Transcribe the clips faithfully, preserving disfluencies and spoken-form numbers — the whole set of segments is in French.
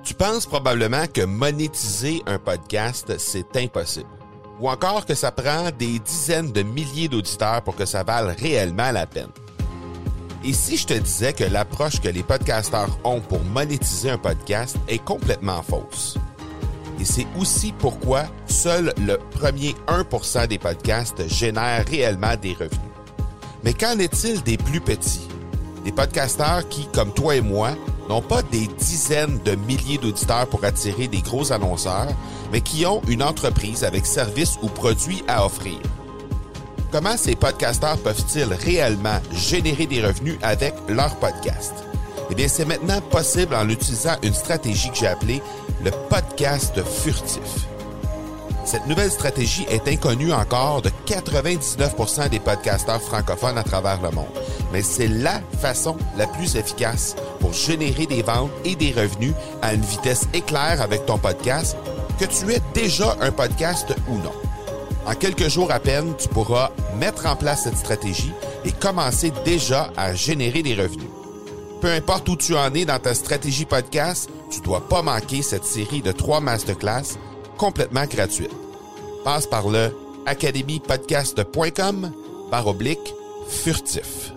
Tu penses probablement que monétiser un podcast, c'est impossible. Ou encore que ça prend des dizaines de milliers d'auditeurs pour que ça vale réellement la peine. Et si je te disais que l'approche que les podcasteurs ont pour monétiser un podcast est complètement fausse? Et c'est aussi pourquoi seul le premier un pour cent des podcasts génèrent réellement des revenus. Mais qu'en est-il des plus petits? Des podcasteurs qui, comme toi et moi, n'ont pas des dizaines de milliers d'auditeurs pour attirer des gros annonceurs, mais qui ont une entreprise avec services ou produits à offrir. Comment ces podcasteurs peuvent-ils réellement générer des revenus avec leur podcast? Eh bien, c'est maintenant possible en utilisant une stratégie que j'ai appelée le podcast furtif. Cette nouvelle stratégie est inconnue encore de quatre-vingt-dix-neuf pour cent des podcasteurs francophones à travers le monde. Mais c'est la façon la plus efficace pour générer des ventes et des revenus à une vitesse éclair avec ton podcast, que tu aies déjà un podcast ou non. En quelques jours à peine, tu pourras mettre en place cette stratégie et commencer déjà à générer des revenus. Peu importe où tu en es dans ta stratégie podcast, tu ne dois pas manquer cette série de trois masterclass complètement gratuite. Passe par le academy podcast point com barre oblique furtif.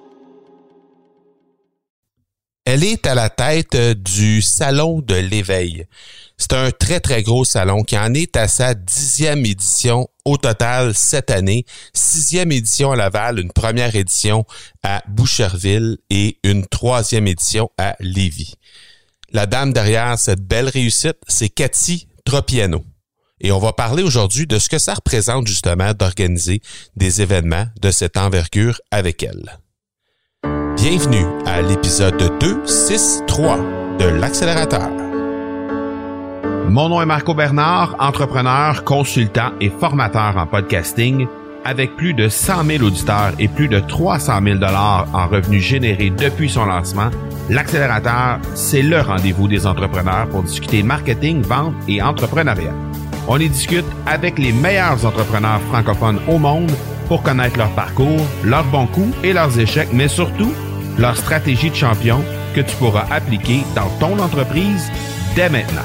Elle est à la tête du Salon de l'Éveil. C'est un très, très gros salon qui en est à sa dixième édition au total cette année. Sixième édition à Laval, une première édition à Boucherville et une troisième édition à Lévis. La dame derrière cette belle réussite, c'est Cathy Tropiano. Et on va parler aujourd'hui de ce que ça représente justement d'organiser des événements de cette envergure avec elle. Bienvenue à l'épisode deux six trois de l'Accélérateur. Mon nom est Marco Bernard, entrepreneur, consultant et formateur en podcasting. Avec plus de cent mille auditeurs et plus de trois cent mille dollars en revenus générés depuis son lancement, l'Accélérateur, c'est le rendez-vous des entrepreneurs pour discuter marketing, vente et entrepreneuriat. On y discute avec les meilleurs entrepreneurs francophones au monde pour connaître leur parcours, leurs bons coups et leurs échecs, mais surtout leur stratégie de champion que tu pourras appliquer dans ton entreprise dès maintenant.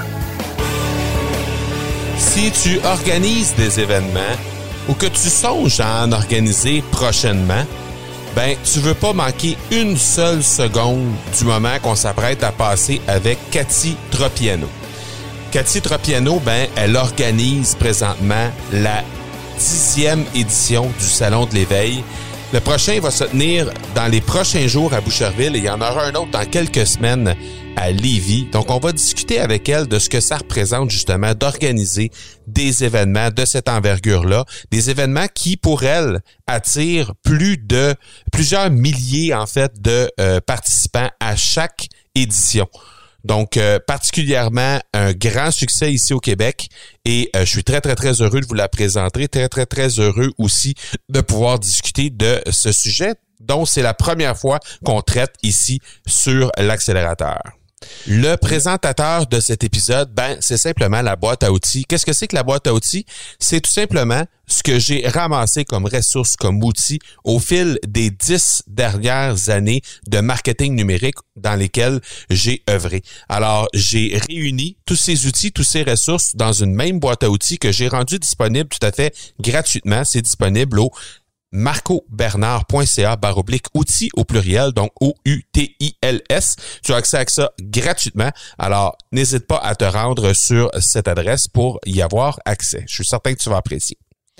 Si tu organises des événements ou que tu songes à en organiser prochainement, ben tu veux pas manquer une seule seconde du moment qu'on s'apprête à passer avec Cathy Tropiano. Cathy Tropiano, ben elle organise présentement la dixième édition du Salon de l'Éveil. Le prochain va se tenir dans les prochains jours à Boucherville et il y en aura un autre dans quelques semaines à Lévis. Donc, on va discuter avec elle de ce que ça représente justement d'organiser des événements de cette envergure-là, des événements qui, pour elle, attirent plus de plusieurs milliers, en fait, de euh, participants à chaque édition. Donc, euh, particulièrement un grand succès ici au Québec et euh, je suis très, très, très heureux de vous la présenter. Très, très, très heureux aussi de pouvoir discuter de ce sujet dont c'est la première fois qu'on traite ici sur l'Accélérateur. Le présentateur de cet épisode, ben, c'est simplement la boîte à outils. Qu'est-ce que c'est que la boîte à outils? C'est tout simplement ce que j'ai ramassé comme ressources, comme outils au fil des dix dernières années de marketing numérique dans lesquelles j'ai œuvré. Alors, j'ai réuni tous ces outils, tous ces ressources dans une même boîte à outils que j'ai rendue disponible tout à fait gratuitement. C'est disponible au marcobernard.ca barre oblique outils au pluriel, donc O U T I L S. Tu as accès à ça gratuitement. Alors, n'hésite pas à te rendre sur cette adresse pour y avoir accès. Je suis certain que tu vas apprécier.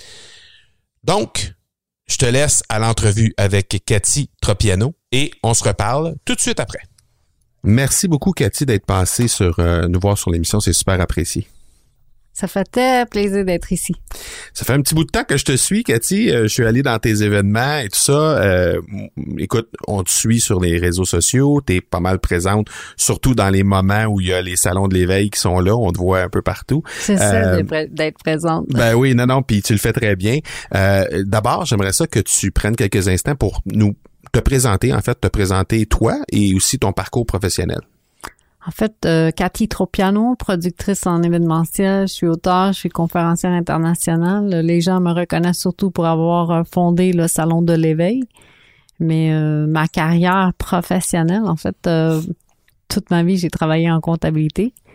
Donc, je te laisse à l'entrevue avec Cathy Tropiano et on se reparle tout de suite après. Merci beaucoup, Cathy, d'être passée sur euh, nous voir sur l'émission. C'est super apprécié. Ça fait très plaisir d'être ici. Ça fait un petit bout de temps que je te suis, Cathy. Euh, je suis allé dans tes événements et tout ça. Euh, écoute, on te suit sur les réseaux sociaux. Tu es pas mal présente, surtout dans les moments où il y a les salons de l'éveil qui sont là. On te voit un peu partout. C'est ça, euh, d'être présente. Ben oui, non, non, puis tu le fais très bien. Euh, d'abord, j'aimerais ça que tu prennes quelques instants pour nous te présenter, en fait, te présenter toi et aussi ton parcours professionnel. En fait, euh, Cathy Tropiano, productrice en événementiel, je suis auteure, je suis conférencière internationale. Les gens me reconnaissent surtout pour avoir fondé le Salon de l'Éveil. Mais euh, ma carrière professionnelle, en fait, euh, toute ma vie, j'ai travaillé en comptabilité.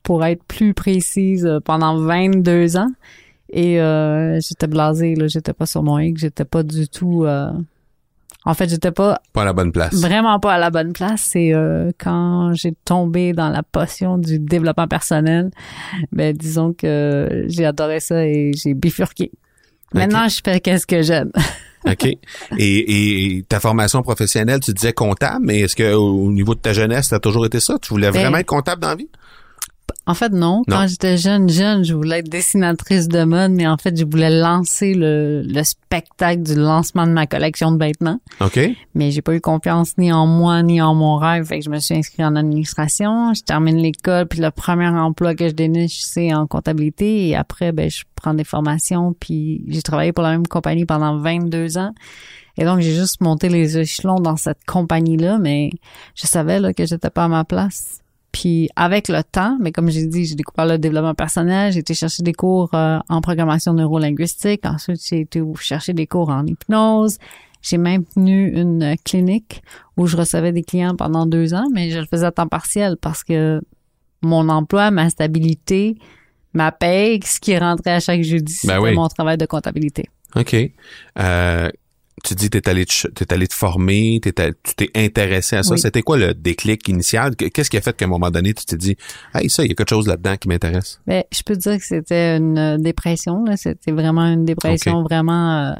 pour être plus précise, euh, pendant vingt-deux ans. Et euh, j'étais blasée, là, j'étais pas sur mon X, j'étais pas du tout... Euh... En fait, j'étais pas... Pas à la bonne place. Vraiment pas à la bonne place. C'est euh, quand j'ai tombé dans la passion du développement personnel, ben disons que j'ai adoré ça et j'ai bifurqué. Maintenant, okay. Je fais qu'est-ce que j'aime. OK. Et, et ta formation professionnelle, tu disais comptable, mais est-ce que au niveau de ta jeunesse, ça a toujours été ça? Tu voulais ben, vraiment être comptable dans la vie? En fait, non. non. Quand j'étais jeune, jeune, je voulais être dessinatrice de mode, mais en fait, je voulais lancer le, le spectacle du lancement de ma collection de vêtements. OK. Mais j'ai pas eu confiance ni en moi, ni en mon rêve. Fait que je me suis inscrite en administration. Je termine l'école, puis le premier emploi que je déniche, c'est en comptabilité. Et après, ben, je prends des formations, puis j'ai travaillé pour la même compagnie pendant vingt-deux ans. Et donc, j'ai juste monté les échelons dans cette compagnie-là, mais je savais là que j'étais pas à ma place. Puis avec le temps, mais comme j'ai dit, j'ai découvert le développement personnel, j'ai été chercher des cours euh, en programmation neurolinguistique, ensuite j'ai été chercher des cours en hypnose, j'ai même tenu une clinique où je recevais des clients pendant deux ans, mais je le faisais à temps partiel parce que mon emploi, ma stabilité, ma paye, ce qui rentrait à chaque jeudi, ben c'était oui. mon travail de comptabilité. OK. Euh, tu dis que t'es allé te, t'es allé te former, t'es allé, tu t'es intéressé à ça. Oui. C'était quoi le déclic initial? Qu'est-ce qui a fait qu'à un moment donné, tu t'es dit, hey, ça, il y a quelque chose là-dedans qui m'intéresse? Ben, je peux te dire que c'était une dépression, là. C'était vraiment une dépression, okay. vraiment, euh,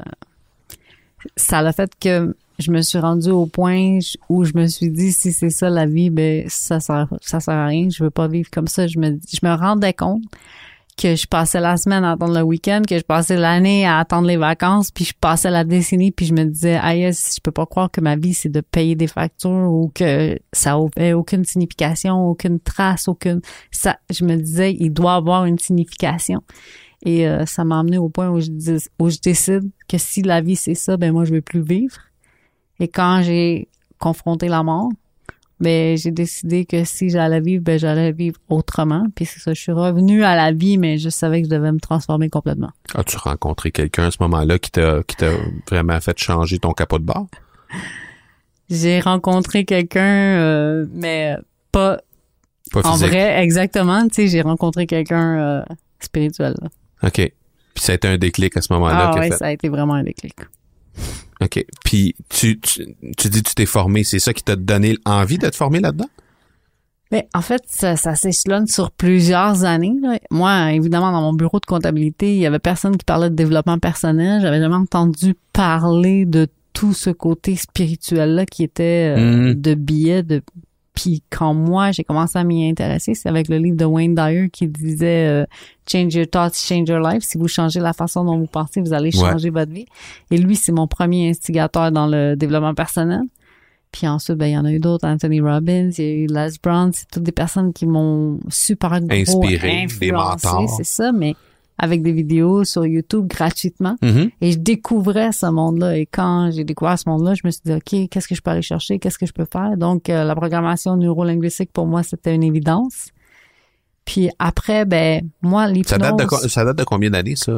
ça l'a fait que je me suis rendue au point où je me suis dit, si c'est ça la vie, ben, ça sert, ça sert à rien. Je veux pas vivre comme ça. Je me, je me rendais compte que je passais la semaine à attendre le week-end, que je passais l'année à attendre les vacances, puis je passais la décennie, puis je me disais, aïe, je peux pas croire que ma vie, c'est de payer des factures ou que ça n'a aucune signification, aucune trace, aucune... ça. Je me disais, il doit avoir une signification. Et euh, ça m'a amené au point où je, dis, où je décide que si la vie, c'est ça, ben moi, je veux plus vivre. Et quand j'ai confronté la mort, ben j'ai décidé que si j'allais vivre, ben j'allais vivre autrement. Puis c'est ça, je suis revenue à la vie, mais je savais que je devais me transformer complètement. As-tu rencontré quelqu'un à ce moment-là qui t'a qui t'a vraiment fait changer ton capot de bord? J'ai rencontré quelqu'un, euh, mais pas, pas en physique. vrai, exactement. Tu sais, j'ai rencontré quelqu'un euh, spirituel. Là. OK. Puis ça a été un déclic à ce moment-là. Ah oui, fait... ça a été vraiment un déclic. OK. Puis tu, tu, tu dis que tu t'es formé. C'est ça qui t'a donné envie de te former là-dedans? Mais en fait, ça, ça s'échelonne sur plusieurs années. Là. Moi, évidemment, dans mon bureau de comptabilité, il y avait personne qui parlait de développement personnel. J'avais jamais entendu parler de tout ce côté spirituel-là qui était euh, mmh. de billets. De... Puis quand moi, j'ai commencé à m'y intéresser, c'est avec le livre de Wayne Dyer qui disait euh, « Change your thoughts, change your life ». Si vous changez la façon dont vous pensez, vous allez changer ouais. votre vie. Et lui, c'est mon premier instigateur dans le développement personnel. Puis ensuite, ben il y en a eu d'autres, Anthony Robbins, il y a eu Les Brown, c'est toutes des personnes qui m'ont super gros inspiré, influencé, des mentors. C'est ça, mais avec des vidéos sur YouTube gratuitement. Mm-hmm. Et je découvrais ce monde-là. Et quand j'ai découvert ce monde-là, je me suis dit, OK, qu'est-ce que je peux aller chercher? Qu'est-ce que je peux faire? Donc, euh, la programmation neurolinguistique, pour moi, c'était une évidence. Puis après, ben moi, l'hypnose... Ça date de, ça date de combien d'années, ça?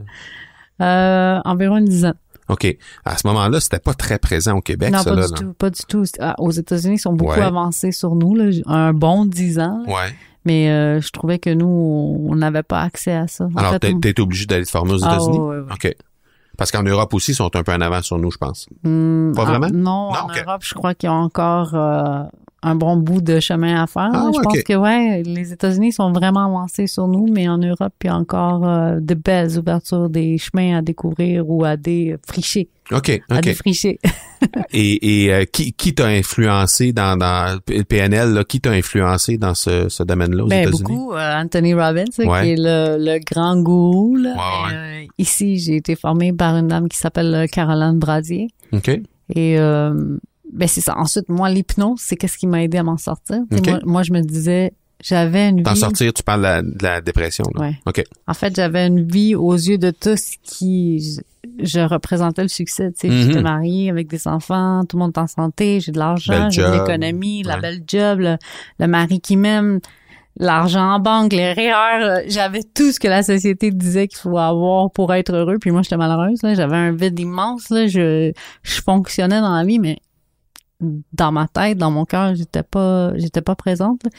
Euh, environ une dizaine. OK. À ce moment-là, c'était pas très présent au Québec, non, ça, pas là. Du non, tout, pas du tout. Aux États-Unis, ils sont beaucoup ouais. avancés sur nous, là, un bon dix ans. Ouais. Mais euh, je trouvais que nous, on n'avait pas accès à ça. En Alors, fait, t'as on... été obligé d'aller te former aux États-Unis? Ah, oui, oui. OK. Parce qu'en Europe aussi, ils sont un peu en avant sur nous, je pense. Hum, pas vraiment? En, non, non, en okay. Europe, je crois qu'ils ont encore euh, un bon bout de chemin à faire. Ah, je okay. pense que, ouais, les États-Unis sont vraiment avancés sur nous, mais en Europe, il y a encore euh, de belles ouvertures, des chemins à découvrir ou à défricher. OK, OK. À défricher. et et euh, qui qui t'a influencé dans dans le P N L là, qui t'a influencé dans ce ce domaine-là aux ben, États-Unis? Beaucoup euh, Anthony Robbins ouais. qui est le le grand gourou là. Ouais, ouais. Euh, ici, j'ai été formée par une dame qui s'appelle Caroline Brasier. OK. Et euh, ben c'est ça. Ensuite, moi l'hypnose, c'est qu'est-ce qui m'a aidé à m'en sortir. Okay. Moi, moi je me disais j'avais une vie... T'en sortir, tu parles de la, de la dépression, là. Ouais. OK. En fait, j'avais une vie aux yeux de tous qui... Je, je représentais le succès, tu sais. Mm-hmm. J'étais mariée avec des enfants, tout le monde est en santé, j'ai de l'argent, j'ai de l'économie, la ouais. belle job, le, le mari qui m'aime, l'argent en banque, les R E E R. J'avais tout ce que la société disait qu'il faut avoir pour être heureux. Puis moi, j'étais malheureuse, là. J'avais un vide immense, là. Je, je fonctionnais dans la vie, mais dans ma tête, dans mon cœur, j'étais pas, j'étais pas présente, là.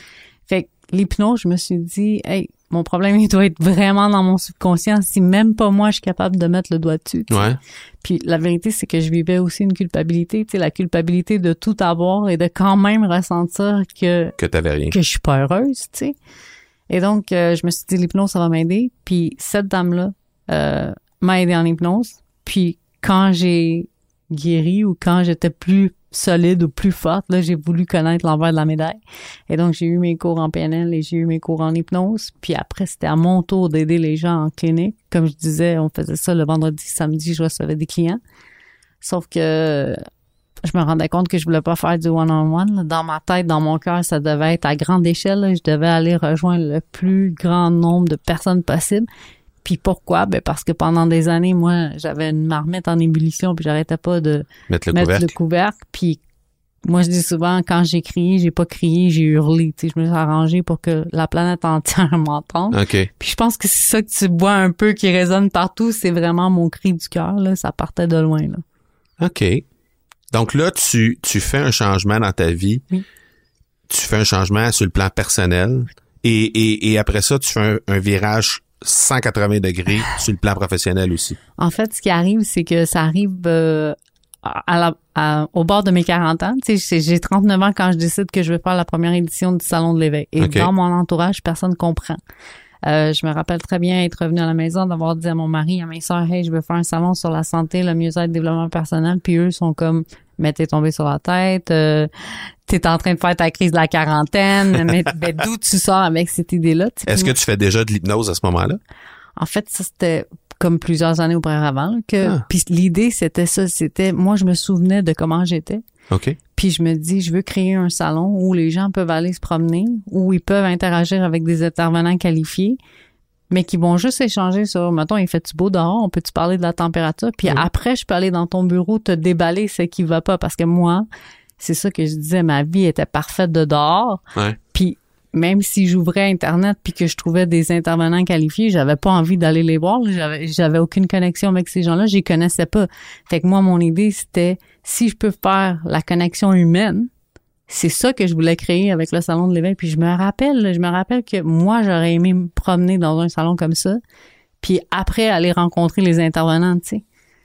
Fait que l'hypnose, je me suis dit, hey, mon problème, il doit être vraiment dans mon subconscient si même pas moi, je suis capable de mettre le doigt dessus. T'sais. Ouais. Puis la vérité, c'est que je vivais aussi une culpabilité, tu sais, la culpabilité de tout avoir et de quand même ressentir que que t'avais rien, que je suis pas heureuse, tu sais. Et donc, euh, je me suis dit, l'hypnose, ça va m'aider. Puis cette dame-là euh, m'a aidé en hypnose. Puis quand j'ai guéri ou quand j'étais plus solide ou plus forte, là, j'ai voulu connaître l'envers de la médaille. Et donc, j'ai eu mes cours en P N L et j'ai eu mes cours en hypnose. Puis après, c'était à mon tour d'aider les gens en clinique. Comme je disais, on faisait ça le vendredi, samedi, je recevais des clients. Sauf que je me rendais compte que je voulais pas faire du one-on-one. Dans ma tête, dans mon cœur, ça devait être à grande échelle. Là. Je devais aller rejoindre le plus grand nombre de personnes possible. Puis pourquoi? Ben parce que pendant des années, moi, j'avais une marmite en ébullition puis j'arrêtais pas de mettre le mettre couvercle. le couvercle. Puis moi, je dis souvent, quand j'ai crié, j'ai pas crié, j'ai hurlé. Tu sais, je me suis arrangée pour que la planète entière m'entende. OK. Puis je pense que c'est ça que tu vois un peu qui résonne partout. C'est vraiment mon cri du cœur. Là, ça partait de loin. Là. OK. Donc là, tu, tu fais un changement dans ta vie. Oui. Tu fais un changement sur le plan personnel. Et, et, et après ça, tu fais un, un virage cent quatre-vingts degrés sur le plan professionnel aussi. En fait, ce qui arrive, c'est que ça arrive euh, à la, à, au bord de mes quarante ans. Tu sais, j'ai trente-neuf ans quand je décide que je vais faire la première édition du Salon de l'éveil. Et okay. Dans mon entourage, personne comprend. Euh, je me rappelle très bien être revenue à la maison, d'avoir dit à mon mari, à mes sœurs, hey, je veux faire un salon sur la santé, le mieux-être, le développement personnel. Puis eux sont comme, mais t'es tombé sur la tête, euh, t'es en train de faire ta crise de la quarantaine, mais, mais d'où tu sors avec cette idée-là? Est-ce que tu fais déjà de l'hypnose à ce moment-là? En fait, ça c'était comme plusieurs années auparavant. Là, que ah. Puis l'idée, c'était ça, c'était, moi, je me souvenais de comment j'étais. OK. Puis je me dis, je veux créer un salon où les gens peuvent aller se promener, où ils peuvent interagir avec des intervenants qualifiés, mais qui vont juste échanger sur, mettons, il fait-tu beau dehors, on peut-tu parler de la température, puis oui. Après, je peux aller dans ton bureau te déballer ce qui va pas, parce que moi, c'est ça que je disais, ma vie était parfaite de dehors, ouais. Puis même si j'ouvrais Internet puis que je trouvais des intervenants qualifiés, j'avais pas envie d'aller les voir, j'avais j'avais aucune connexion avec ces gens-là, je les connaissais pas. Fait que moi, mon idée, c'était, si je peux faire la connexion humaine, c'est ça que je voulais créer avec le Salon de l'éveil. Puis je me rappelle, je me rappelle que moi, j'aurais aimé me promener dans un salon comme ça, puis après, aller rencontrer les intervenants, tu sais.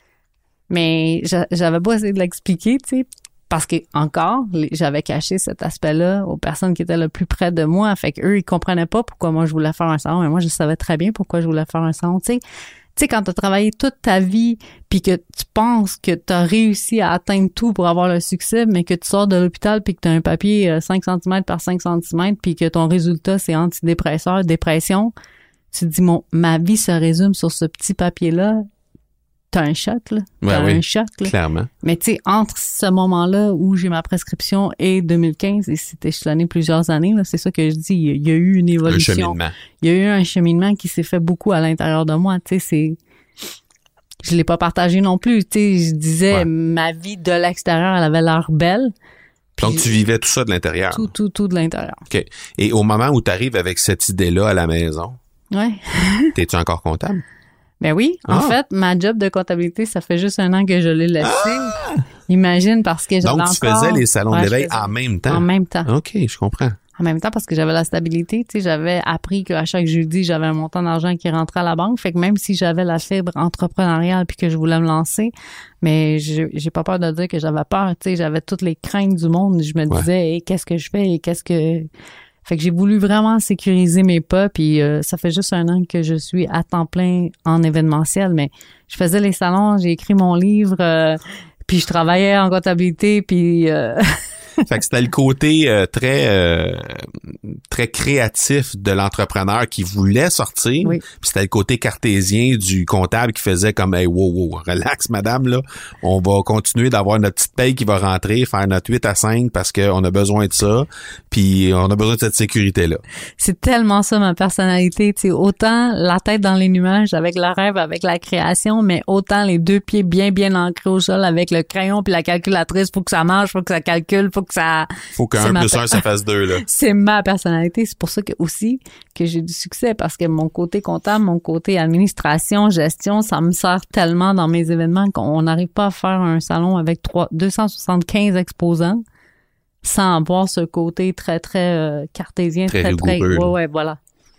Mais j'avais pas essayé de l'expliquer, tu sais, parce que encore, j'avais caché cet aspect-là aux personnes qui étaient le plus près de moi. Fait qu'eux, ils comprenaient pas pourquoi moi, je voulais faire un salon. Mais moi, je savais très bien pourquoi je voulais faire un salon, tu sais. Tu sais, quand t'as travaillé toute ta vie puis que tu penses que t'as réussi à atteindre tout pour avoir le succès, mais que tu sors de l'hôpital puis que t'as un papier cinq centimètres par cinq centimètres puis que ton résultat, c'est antidépresseur, dépression, tu te dis, mon, ma vie se résume sur ce petit papier-là. T'as un choc, là. T'as ouais, un oui, choc, là. Clairement. Mais tu sais, entre ce moment-là où j'ai ma prescription et deux mille quinze, et c'était échelonné plusieurs années, là, c'est ça que je dis, il y a eu une évolution. Un cheminement. Il y a eu un cheminement qui s'est fait beaucoup à l'intérieur de moi, tu sais, c'est... Je l'ai pas partagé non plus, tu sais, je disais, ouais. Ma vie de l'extérieur, elle avait l'air belle. Donc, tu vivais tout ça de l'intérieur. Tout, tout, tout de l'intérieur. OK. Et au moment où tu arrives avec cette idée-là à la maison, ouais. T'es-tu encore comptable? Ben oui, en ah. fait, ma job de comptabilité, ça fait juste un an que je l'ai laissé. Ah. Imagine, parce que j'avais Donc, tu encore... faisais les salons ouais, de l'éveil en même temps? En même temps. OK, je comprends. En même temps, parce que j'avais la stabilité, tu sais, j'avais appris qu'à chaque jeudi, j'avais un montant d'argent qui rentrait à la banque. Fait que même si j'avais la fibre entrepreneuriale puis que je voulais me lancer, mais je, j'ai pas peur de dire que j'avais peur, tu sais, j'avais toutes les craintes du monde. Je me disais, ouais. hey, qu'est-ce que je fais et qu'est-ce que... Fait que j'ai voulu vraiment sécuriser mes pas, puis euh, ça fait juste un an que je suis à temps plein en événementiel, mais je faisais les salons, j'ai écrit mon livre, euh, puis je travaillais en comptabilité, puis... Euh... Fait que c'était le côté euh, très euh, très créatif de l'entrepreneur qui voulait sortir. Oui. Puis c'était le côté cartésien du comptable qui faisait comme hey, wow, wow, relax madame là, on va continuer d'avoir notre petite paye qui va rentrer, faire notre huit à cinq parce qu'on a besoin de ça, puis on a besoin de cette sécurité-là. C'est tellement ça ma personnalité, tu sais, autant la tête dans les nuages avec le rêve, avec la création, mais autant les deux pieds bien bien ancrés au sol avec le crayon puis la calculatrice, faut que ça marche, faut que ça calcule, faut que ça... Faut qu'un plus un, ça fasse deux, là. C'est ma personnalité. C'est pour ça que aussi que j'ai du succès, parce que mon côté comptable, mon côté administration, gestion, ça me sert tellement dans mes événements qu'on n'arrive pas à faire un salon avec trois, deux cent soixante-quinze exposants sans avoir ce côté très, très euh, cartésien, très, très, très... rigoureux, ouais, ouais, voilà.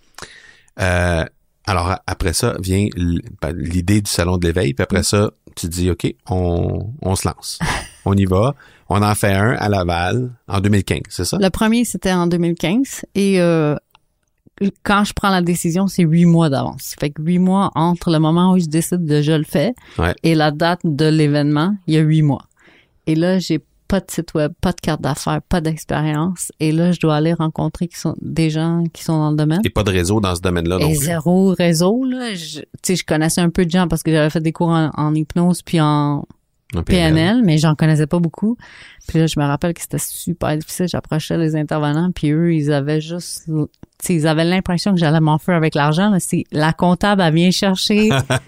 Euh, alors, après ça, vient l'idée du Salon de l'éveil, puis après mmh. ça, tu te dis, OK, on, on se lance. On y va. On en fait un à Laval en deux mille quinze, c'est ça? Le premier, c'était en deux mille quinze. Et euh, quand je prends la décision, c'est huit mois d'avance. Fait que huit mois entre le moment où je décide de je le fais ouais. et la date de l'événement, il y a huit mois. Et là, j'ai pas de site web, pas de carte d'affaires, pas d'expérience. Et là, je dois aller rencontrer qui sont des gens qui sont dans le domaine. Et pas de réseau dans ce domaine-là non Et plus. Zéro réseau, là. Tu sais, je connaissais un peu de gens parce que j'avais fait des cours en, en hypnose puis en P N L, mais j'en connaissais pas beaucoup. Puis là, je me rappelle que c'était super difficile. J'approchais les intervenants, puis eux, ils avaient juste... Tu sais, ils avaient l'impression que j'allais m'enfuir avec l'argent. Là. C'est, la comptable, elle vient chercher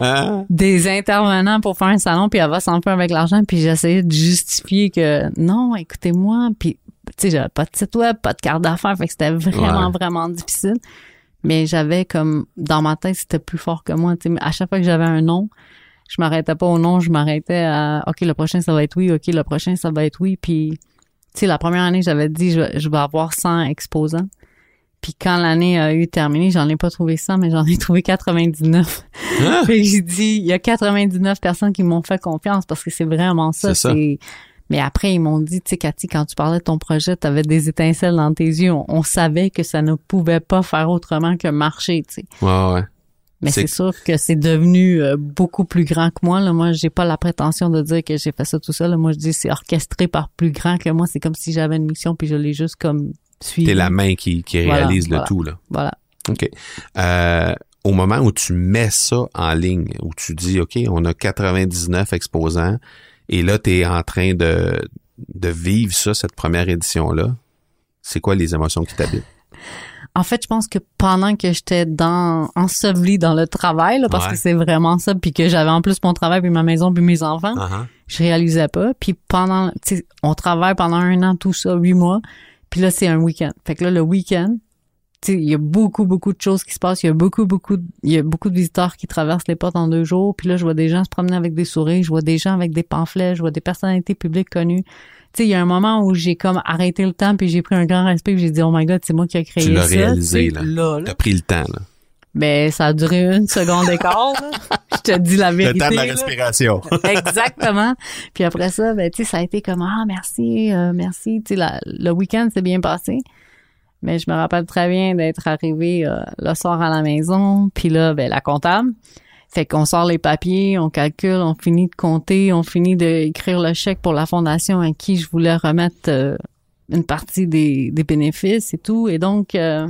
des intervenants pour faire un salon, puis elle va s'enfuir avec l'argent. Puis j'essayais de justifier que non, écoutez-moi. Puis, tu sais, j'avais pas de site web, pas de carte d'affaires. Fait que c'était vraiment, ouais. vraiment difficile. Mais j'avais comme... Dans ma tête, c'était plus fort que moi. Tu sais, à chaque fois que j'avais un nom, je m'arrêtais pas au nom, je m'arrêtais à OK, le prochain ça va être oui, OK, le prochain ça va être oui, puis tu sais la première année, j'avais dit je, je vais avoir cent exposants. Puis quand l'année a eu terminé, j'en ai pas trouvé cent, mais j'en ai trouvé quatre-vingt-dix-neuf. Ah! Fait que j'ai dit il y a quatre-vingt-dix-neuf personnes qui m'ont fait confiance parce que c'est vraiment ça, c'est, c'est ça. Mais après ils m'ont dit tu sais Cathy, quand tu parlais de ton projet, tu avais des étincelles dans tes yeux, on, on savait que ça ne pouvait pas faire autrement que marcher, tu sais. Ouais ouais. Mais c'est... c'est sûr que c'est devenu euh, beaucoup plus grand que moi. Là. Moi, j'ai pas la prétention de dire que j'ai fait ça tout seul. Là. Moi, je dis c'est orchestré par plus grand que moi. C'est comme si j'avais une mission puis je l'ai juste comme suivi. T'es la main qui, qui réalise voilà, le voilà, tout, là. Voilà. OK. Euh, au moment où tu mets ça en ligne, où tu dis, OK, on a quatre-vingt-dix-neuf exposants et là, t'es en train de, de vivre ça, cette première édition-là, c'est quoi les émotions qui t'habitent? En fait, je pense que pendant que j'étais dans ensevelie dans le travail, là, parce ouais. que c'est vraiment ça, puis que j'avais en plus mon travail, puis ma maison, puis mes enfants, uh-huh. je réalisais pas. Puis pendant, tu sais, on travaille pendant un an, tout ça, huit mois, puis là, c'est un week-end. Fait que là, le week-end, tu sais, il y a beaucoup, beaucoup de choses qui se passent. Il y a beaucoup, beaucoup, il y a beaucoup de visiteurs qui traversent les portes en deux jours. Puis là, je vois des gens se promener avec des souris, je vois des gens avec des pamphlets, je vois des personnalités publiques connues. Tu sais, il y a un moment où j'ai comme arrêté le temps puis j'ai pris un grand respect puis j'ai dit oh my god, c'est moi qui ai créé ça. Tu l'as ça, réalisé là. là, là. T'as pris le temps là. Ben ça a duré une seconde et quart. Je te dis la vérité. Le temps de la là. respiration. Exactement. Puis après ça, ben tu sais, ça a été comme ah merci, euh, merci. Tu sais, la, le week-end s'est bien passé. Mais je me rappelle très bien d'être arrivée euh, le soir à la maison. Puis là, ben la comptable. Fait qu'on sort les papiers, on calcule, on finit de compter, on finit d'écrire le chèque pour la fondation à qui je voulais remettre euh, une partie des, des bénéfices et tout. Et donc, euh,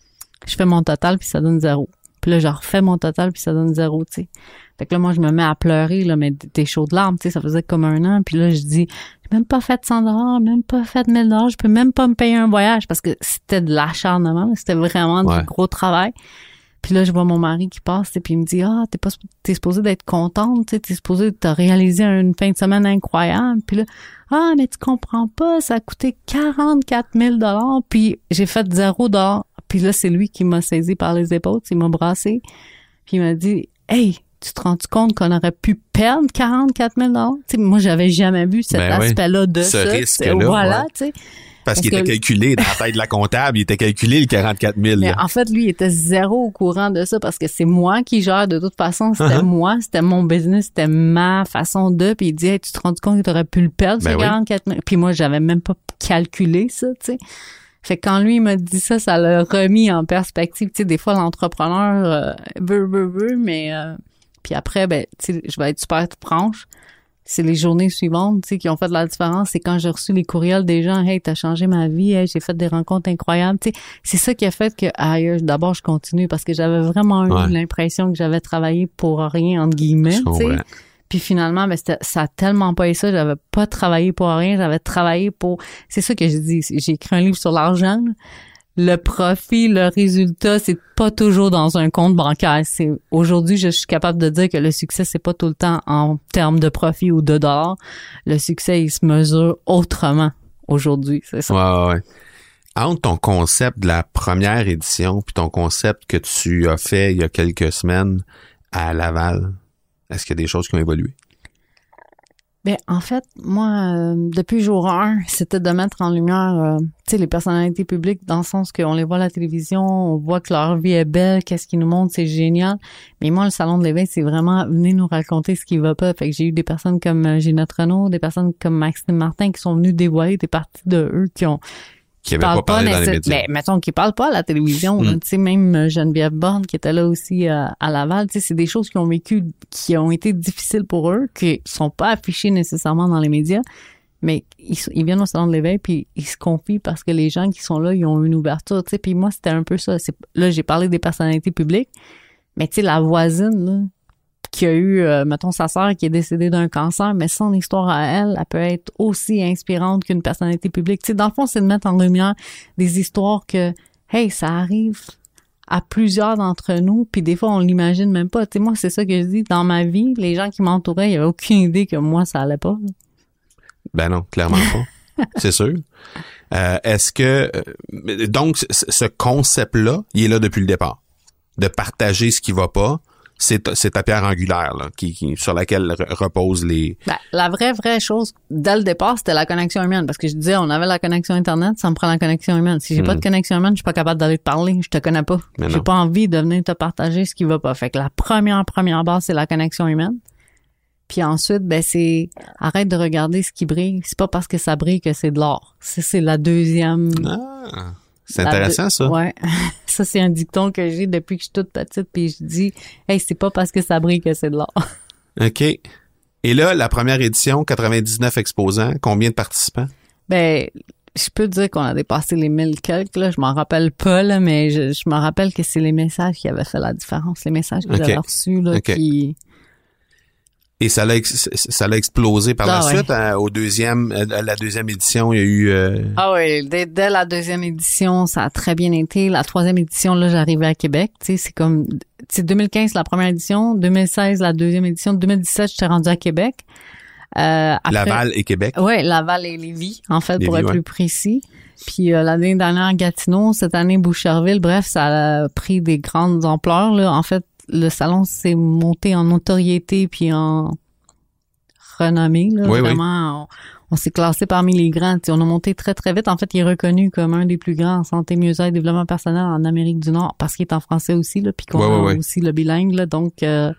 je fais mon total puis ça donne zéro. Puis là, je refais mon total puis ça donne zéro, tu sais. Fait que là, moi, je me mets à pleurer, là, mais des chaudes larmes, tu sais, ça faisait comme un an. Puis là, je dis, j'ai même pas fait cent dollars, même pas fait mille dollars, je peux même pas me payer un voyage parce que c'était de l'acharnement, là, c'était vraiment ouais. du gros travail. Puis là, je vois mon mari qui passe, et puis il me dit, ah, t'es pas, t'es supposée d'être contente, tu sais, t'es supposée de te réaliser une fin de semaine incroyable. Puis là, ah, mais tu comprends pas, ça a coûté quarante-quatre mille dollars, puis j'ai fait zéro dollar. Puis là, c'est lui qui m'a saisi par les épaules, il m'a brassé, puis il m'a dit, hey, tu te rends compte qu'on aurait pu perdre quarante-quatre mille dollars? Tu sais, moi, j'avais jamais vu cet ben aspect-là de ce ça. risque-là. Voilà, ouais. tu sais. Parce, Parce qu'il était calculé dans la tête de la comptable, il était calculé le quarante-quatre mille. Mais en fait, lui, il était zéro au courant de ça parce que c'est moi qui gère de toute façon. C'était uh-huh. moi, c'était mon business, c'était ma façon de. Puis il dit, hey, tu te rends compte que tu aurais pu le perdre, ben ce oui. quarante-quatre mille. Puis moi, j'avais même pas calculé ça, tu sais. Fait que quand lui, il m'a dit ça, ça l'a remis en perspective. Tu sais, des fois, l'entrepreneur euh, veut, veut, veut, mais... Euh, puis après, ben, tu sais, je vais être super franche. C'est les journées suivantes, tu sais, qui ont fait de la différence. C'est quand j'ai reçu les courriels des gens, hey, t'as changé ma vie, hey, j'ai fait des rencontres incroyables, tu sais. C'est ça qui a fait que, aïe, d'abord, je continue parce que j'avais vraiment eu ouais. l'impression que j'avais travaillé pour rien, entre guillemets, tu sais. Puis finalement, ben, c'était, ça a tellement pas été ça. J'avais pas travaillé pour rien, j'avais travaillé pour, c'est ça que j'ai dit. J'ai écrit un livre sur l'argent. Le profit, le résultat, c'est pas toujours dans un compte bancaire. C'est aujourd'hui, je suis capable de dire que le succès, c'est pas tout le temps en termes de profit ou de dollars. Le succès, il se mesure autrement aujourd'hui, c'est ça. Ouais, ouais. Entre ton concept de la première édition puis ton concept que tu as fait il y a quelques semaines à Laval, est-ce qu'il y a des choses qui ont évolué? Ben, en fait, moi, euh, depuis jour un, c'était de mettre en lumière, euh, tu sais, les personnalités publiques dans le sens qu'on les voit à la télévision, on voit que leur vie est belle, qu'est-ce qu'ils nous montrent, c'est génial. Mais moi, le Salon de l'éveil, c'est vraiment venez nous raconter ce qui va pas. Fait que j'ai eu des personnes comme euh, Ginette Renault, des personnes comme Maxime Martin qui sont venues dévoiler des parties de eux qui ont Qui n'avaient pas parlé dans les médias. Ben, mettons, qui parlent pas à la télévision. Mm. Tu sais, même Geneviève Borne qui était là aussi euh, à Laval, tu sais, c'est des choses qui ont vécu, qui ont été difficiles pour eux, qui sont pas affichées nécessairement dans les médias, mais ils, ils viennent au Salon de l'éveil puis ils se confient parce que les gens qui sont là, ils ont une ouverture, tu sais. Puis moi, c'était un peu ça. C'est, là, j'ai parlé des personnalités publiques, mais tu sais, la voisine, là, qui a eu, euh, mettons, sa sœur qui est décédée d'un cancer, mais son histoire à elle, elle peut être aussi inspirante qu'une personnalité publique. Tu sais, dans le fond, c'est de mettre en lumière des histoires que, hey, ça arrive à plusieurs d'entre nous, puis des fois, on l'imagine même pas. Tu sais, moi, c'est ça que je dis. Dans ma vie, les gens qui m'entouraient, ils avaient aucune idée que moi, ça allait pas. Ben non, clairement pas. C'est sûr. Euh, est-ce que... euh, donc, c- ce concept-là, il est là depuis le départ. De partager ce qui va pas, c'est ta, c'est ta pierre angulaire là, qui, qui, sur laquelle re- reposent les... Ben, la vraie, vraie chose, dès le départ, c'était la connexion humaine. Parce que je disais, on avait la connexion Internet, ça me prend la connexion humaine. Si j'ai Hmm. pas de connexion humaine, je suis pas capable d'aller te parler. Je te connais pas. Mais J'ai non. pas envie de venir te partager ce qui va pas. Fait que la première, première base, c'est la connexion humaine. Puis ensuite, ben, c'est arrête de regarder ce qui brille. C'est pas parce que ça brille que c'est de l'or. Ça, c'est la deuxième. Ah, c'est la intéressant deux- ça. Ouais. Ça, c'est un dicton que j'ai depuis que je suis toute petite. Puis je dis, hey, c'est pas parce que ça brille que c'est de l'or. OK. Et là, la première édition, quatre-vingt-dix-neuf exposants, combien de participants? Ben, je peux te dire qu'on a dépassé les mille quelques, là. Je m'en rappelle pas, là, mais je, je me rappelle que c'est les messages qui avaient fait la différence. Les messages que Ok. j'avais reçus, là, Ok. qui... Et ça l'a, ex- ça l'a explosé par Ah la ouais. suite. Hein, au deuxième, à la deuxième édition, il y a eu... euh, Ah oui, dès, dès la deuxième édition, ça a très bien été. La troisième édition, là, j'arrivais à Québec. Tu sais, c'est comme... C'est deux mille quinze, la première édition. deux mille seize, la deuxième édition. deux mille dix-sept, j'étais rendue à Québec. Euh, après, Laval et Québec. Ouais, Laval et Lévis, en fait, pour Lévis, être ouais. plus précis. Puis euh, l'année dernière, Gatineau, cette année, Boucherville. Bref, ça a pris des grandes ampleurs, là. En fait, le salon s'est monté en notoriété puis en renommée, là. Oui, oui. Vraiment, on, on s'est classé parmi les grands. Tu sais, on a monté très, très vite. En fait, il est reconnu comme un des plus grands en santé, mieux-être, développement personnel en Amérique du Nord parce qu'il est en français aussi, là, puis qu'on Ouais, ouais, a ouais. aussi le bilingue, là. Donc, euh,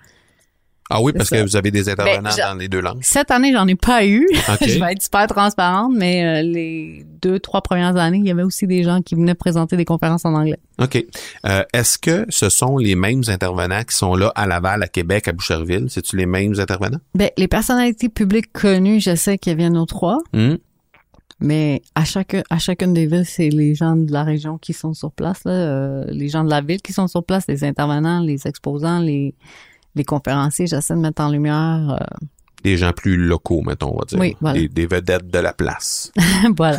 Ah oui, c'est parce ça. que vous avez des intervenants Ben, j'a- dans les deux langues. cette année, j'en ai pas eu. OK. Je vais être super transparente, mais euh, les deux, trois premières années, il y avait aussi des gens qui venaient présenter des conférences en anglais. OK. Euh, est-ce que ce sont les mêmes intervenants qui sont là à Laval, à Québec, à Boucherville? C'est-tu les mêmes intervenants? Ben, les personnalités publiques connues, je sais qu'ils viennent aux trois, Hmm. mais à chaque à chacune des villes, c'est les gens de la région qui sont sur place, là, euh, les gens de la ville qui sont sur place, les intervenants, les exposants, les les conférenciers. J'essaie de mettre en lumière. Euh, Des gens plus locaux, mettons, on va dire. Oui, voilà. Des, des vedettes de la place. voilà.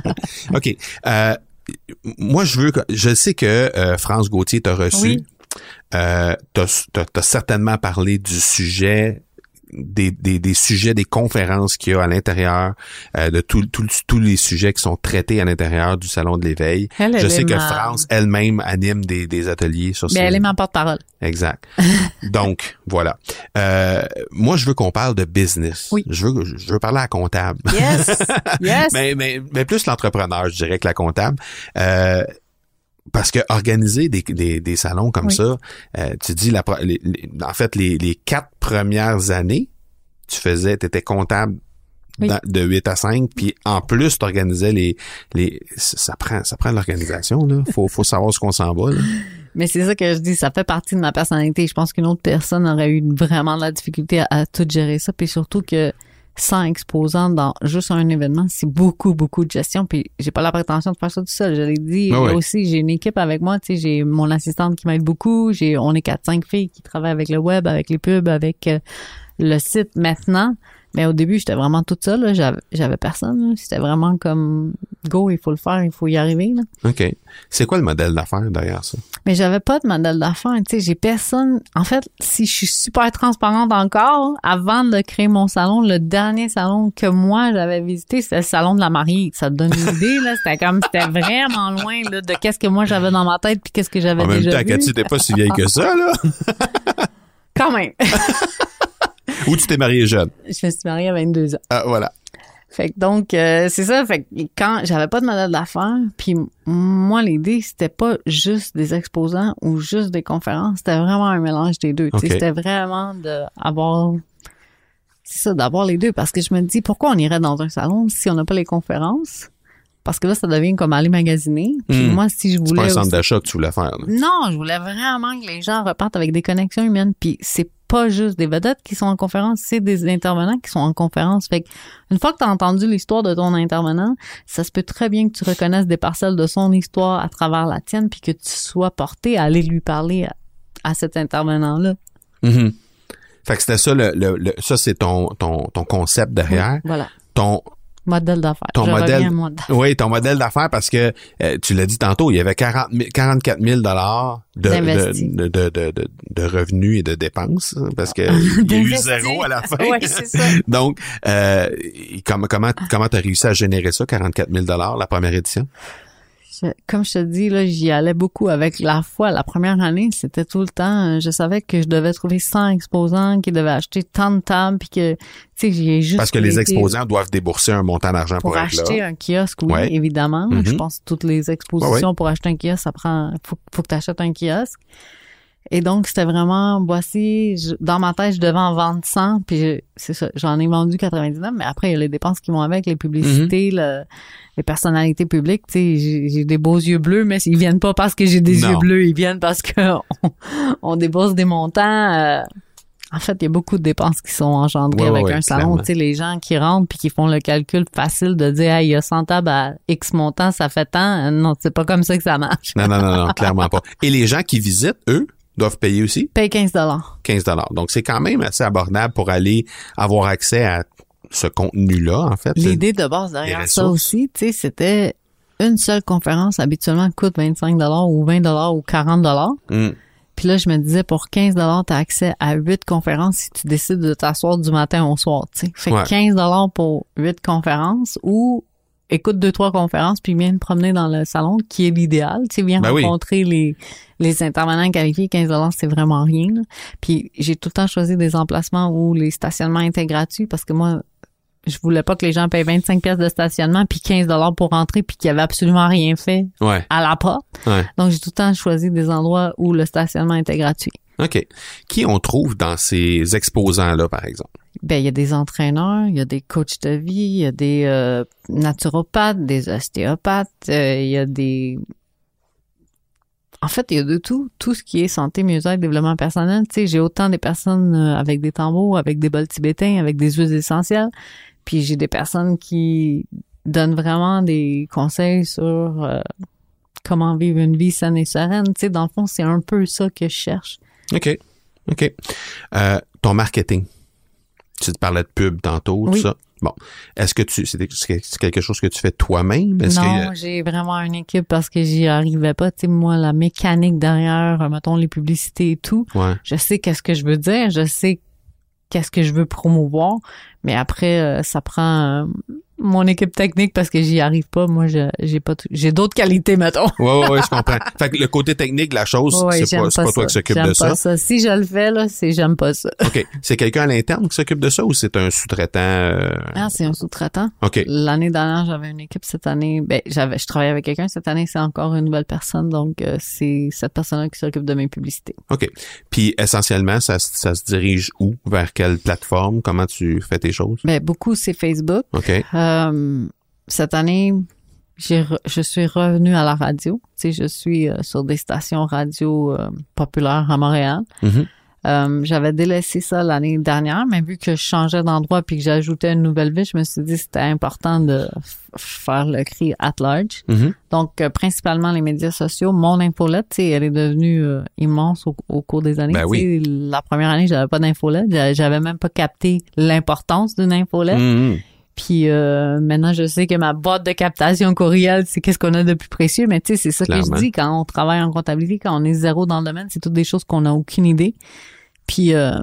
OK. Euh, moi, je veux que, je sais que euh, France Gauthier t'a reçu. Oui. Euh, t'as, t'as, t'as certainement parlé du sujet, des, des, des sujets, des conférences qu'il y a à l'intérieur, euh, de tout, tout- tous les sujets qui sont traités à l'intérieur du Salon de l'éveil. Elle, Je elle sais est que ma- France elle-même anime des, des ateliers sur Ben, ces... elle est ma porte-parole. Exact. Donc, voilà. Euh, moi, je veux qu'on parle de business. Oui. Je veux, je veux parler à la comptable. Yes! Yes! mais, mais, mais plus l'entrepreneur, je dirais, que la comptable. Euh, parce que organiser des, des, des salons comme Oui. ça, euh, tu dis, la, pro- les, les- en fait, les, les quatre premières années, tu faisais, tu étais comptable Oui. dans- de huit à cinq, puis en plus, tu organisais les... les ça prend ça prend de l'organisation, là. Faut, faut savoir ce qu'on s'en va, là. Mais c'est ça que je dis, ça fait partie de ma personnalité. Je pense qu'une autre personne aurait eu vraiment de la difficulté à, à tout gérer ça. Puis surtout que cent exposants dans juste un événement, c'est beaucoup, beaucoup de gestion. Puis j'ai pas la prétention de faire ça tout seul. Je l'ai dit. Ah ouais. Aussi, j'ai une équipe avec moi. Tu sais, j'ai mon assistante qui m'aide beaucoup. J'ai, on est quatre, cinq filles qui travaillent avec le web, avec les pubs, avec euh, le site maintenant. Mais au début, j'étais vraiment toute seule, là. J'avais, j'avais personne, là. C'était vraiment comme, go, il faut le faire, il faut y arriver, là. OK. C'est quoi le modèle d'affaires derrière ça? Mais j'avais pas de modèle d'affaires, tu sais, j'ai personne. En fait, si je suis super transparente encore, avant de créer mon salon, le dernier salon que moi j'avais visité, c'était le salon de la mariée. Ça te donne une idée, là. C'était comme, c'était vraiment loin, là, de qu'est-ce que moi j'avais dans ma tête puis qu'est-ce que j'avais En même déjà temps, vu. Cathy, t'es pas si vieille que ça, là. Quand même. Ou tu t'es marié jeune. Je me suis mariée à vingt-deux ans. Ah, voilà. Fait que donc, euh, c'est ça. Fait que quand j'avais pas de modèle d'affaires, puis moi, l'idée, c'était pas juste des exposants ou juste des conférences. C'était vraiment un mélange des deux. Okay. C'était vraiment d'avoir... C'est ça, d'avoir les deux. Parce que je me dis, pourquoi on irait dans un salon si on n'a pas les conférences? Parce que là, ça devient comme aller magasiner. Puis mmh. moi, si je voulais... C'est pas un centre aussi... d'achat que tu voulais faire. Là. Non, je voulais vraiment que les gens repartent avec des connexions humaines. Puis c'est pas juste des vedettes qui sont en conférence, c'est des intervenants qui sont en conférence. Fait que une fois que tu as entendu l'histoire de ton intervenant, ça se peut très bien que tu reconnaisses des parcelles de son histoire à travers la tienne, puis que tu sois porté à aller lui parler à, à cet intervenant-là. Mm-hmm. Fait que c'était ça, le, le, le ça c'est ton, ton, ton concept derrière. Oui, voilà. Ton modèle d'affaires. Ton Je modèle, modèle. Oui, ton modèle d'affaires parce que euh, tu l'as dit tantôt, il y avait quarante mille, quarante-quatre mille dollars de, de, de, de, de, de revenus et de dépenses parce que il y a eu zéro à la fin. Oui, c'est ça. Donc, euh, comment comment comment t'as réussi à générer ça, quarante-quatre mille dollars la première édition? Je, comme je te dis, là, j'y allais beaucoup avec la foi. La première année, c'était tout le temps, je savais que je devais trouver cent exposants qui devaient acheter tant de tables, puis que, tu sais, j'ai juste... Parce que les exposants doivent débourser un montant d'argent pour, pour être là. Pour acheter un kiosque, oui, ouais. évidemment. Mm-hmm. Je pense que toutes les expositions, ouais. pour acheter un kiosque, ça prend... Faut, faut que tu achètes un kiosque. Et donc, c'était vraiment, voici, je, dans ma tête, je devais en vendre cent, puis je, c'est ça, j'en ai vendu quatre-vingt-dix-neuf, mais après, il y a les dépenses qui vont avec, les publicités, mm-hmm. le, les personnalités publiques, tu sais, j'ai, j'ai des beaux yeux bleus, mais ils viennent pas parce que j'ai des non. yeux bleus, ils viennent parce que on, on débourse des montants. Euh, en fait, il y a beaucoup de dépenses qui sont engendrées ouais, avec ouais, un salon. Tu sais, les gens qui rentrent puis qui font le calcul facile de dire, hey, il y a cent tables à X montant, ça fait tant. Non, c'est pas comme ça que ça marche. Non, non, non, non, clairement pas. Et les gens qui visitent, eux, doivent payer aussi? Paye quinze dollars. quinze dollars. Donc, c'est quand même assez abordable pour aller avoir accès à ce contenu-là, en fait. L'idée de base derrière ça aussi, tu sais, c'était une seule conférence habituellement coûte vingt-cinq dollars ou vingt dollars ou quarante dollars. Mm. Puis là, je me disais, pour quinze dollars, tu as accès à huit conférences si tu décides de t'asseoir du matin au soir, tu sais. Fait que ouais. quinze dollars pour huit conférences ou écoute deux, trois conférences puis viens te promener dans le salon, qui est l'idéal. Tu sais, viens ben rencontrer oui. les les intervenants qualifiés. quinze dollars, c'est vraiment rien. Là. Puis j'ai tout le temps choisi des emplacements où les stationnements étaient gratuits parce que moi, je voulais pas que les gens payent vingt-cinq pièces de stationnement puis quinze dollars pour rentrer puis qu'ils avaient absolument rien fait ouais. à la porte. Ouais. Donc, j'ai tout le temps choisi des endroits où le stationnement était gratuit. OK. Qui on trouve dans ces exposants-là, par exemple? Ben, il y a des entraîneurs, il y a des coachs de vie, il y a des euh, naturopathes, des ostéopathes, euh, il y a des... En fait, il y a de tout, tout ce qui est santé, mieux-être, développement personnel. Tu sais, j'ai autant des personnes avec des tambours, avec des bols tibétains, avec des huiles essentielles. Puis j'ai des personnes qui donnent vraiment des conseils sur euh, comment vivre une vie saine et sereine. Tu sais, dans le fond, c'est un peu ça que je cherche. OK. OK. Euh, ton marketing. Tu te parlais de pub tantôt, oui. tout ça. Bon. Est-ce que tu, c'est, c'est quelque chose que tu fais toi-même? Est-ce non, que... j'ai vraiment une équipe parce que j'y arrivais pas. Tu sais, moi, la mécanique derrière, mettons, les publicités et tout. Ouais. Je sais qu'est-ce que je veux dire. Je sais qu'est-ce que je veux promouvoir. Mais après, euh, ça prend euh, mon équipe technique parce que j'y arrive pas. Moi, je, j'ai pas tout, j'ai d'autres qualités, mettons. Ouais, ouais, ouais, je comprends. Fait que le côté technique de la chose, ouais, c'est pas, c'est pas, pas toi qui s'occupe j'aime de pas ça. ça. Si je le fais, là, c'est j'aime pas ça. OK. C'est quelqu'un à l'interne qui s'occupe de ça ou c'est un sous-traitant? Euh... Ah, c'est un sous-traitant. OK. L'année dernière, j'avais une équipe. Cette année, ben, j'avais, je travaillais avec quelqu'un. Cette année, c'est encore une nouvelle personne. Donc, euh, c'est cette personne-là qui s'occupe de mes publicités. OK. Puis, essentiellement, ça, ça se dirige où? Vers quelle plateforme? Comment tu fais tes choses? Ben, beaucoup, c'est Facebook. OK. Euh, cette année, j'ai re, je suis revenue à la radio. Tu sais, je suis euh, sur des stations radio euh, populaires à Montréal. Mm-hmm. Euh, j'avais délaissé ça l'année dernière, mais vu que je changeais d'endroit puis que j'ajoutais une nouvelle ville, je me suis dit que c'était important de f- faire le cri at large. Mm-hmm. Donc, euh, principalement les médias sociaux. Mon infolette, tu sais, elle est devenue euh, immense au, au cours des années. Ben oui. La première année, j'avais pas d'infolette. J'avais même pas capté l'importance d'une infolette. Mm-hmm. Puis euh, maintenant, je sais que ma boîte de captation courriel, c'est qu'est-ce qu'on a de plus précieux. Mais tu sais, c'est ça Clairement. que je dis quand on travaille en comptabilité, quand on est zéro dans le domaine, c'est toutes des choses qu'on n'a aucune idée. Puis euh,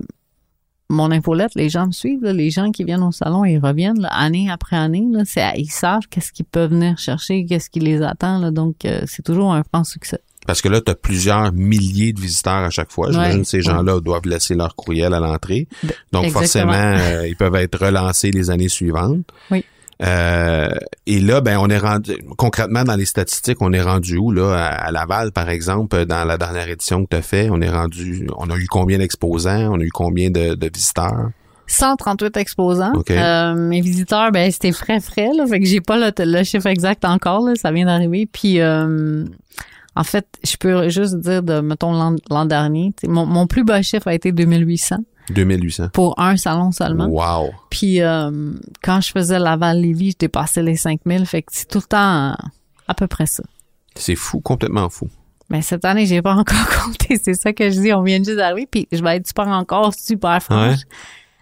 mon infolette, les gens me suivent, là, les gens qui viennent au salon, ils reviennent là, année après année. Là, c'est, ils savent qu'est-ce qu'ils peuvent venir chercher, qu'est-ce qui les attend. Là, donc, euh, c'est toujours un franc succès. Parce que là, tu as plusieurs milliers de visiteurs à chaque fois. J'imagine ouais, que ces gens-là ouais. doivent laisser leur courriel à l'entrée. Donc, Exactement. forcément, euh, ils peuvent être relancés les années suivantes. Oui. Euh, et là, ben, on est rendu, concrètement, dans les statistiques, on est rendu où, là, à, à Laval, par exemple, dans la dernière édition que tu as fait, on est rendu, on a eu combien d'exposants, on a eu combien de, de visiteurs? cent trente-huit exposants. Okay. Euh, mes visiteurs, ben, c'était frais, frais, là. Fait que j'ai pas le, le chiffre exact encore, là. Ça vient d'arriver. Puis, euh, en fait, je peux juste dire de, mettons, l'an, l'an dernier, mon, mon plus bas chiffre a été deux mille huit cents. deux mille huit cents. Pour un salon seulement. Wow. Puis, euh, quand je faisais Laval-Lévis, je dépassais les cinq mille. Fait que c'est tout le temps à peu près ça. C'est fou, complètement fou. Mais cette année, j'ai pas encore compté. C'est ça que je dis. On vient juste d'arriver. Puis, je vais être super encore super franche. Ouais.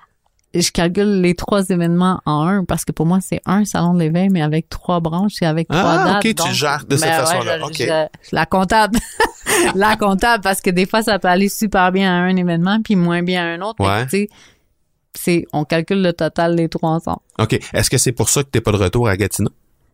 Je calcule les trois événements en un parce que pour moi, c'est un salon de l'éveil, mais avec trois branches et avec trois ah, dates. Ah, OK, donc, tu gères de cette ben façon-là. Ouais, je, OK. Je, je, la comptable. la comptable, parce que des fois, ça peut aller super bien à un événement puis moins bien à un autre. Ouais. Tu sais, c'est, on calcule le total des trois ensemble. OK. Est-ce que c'est pour ça que t'es pas de retour à Gatineau?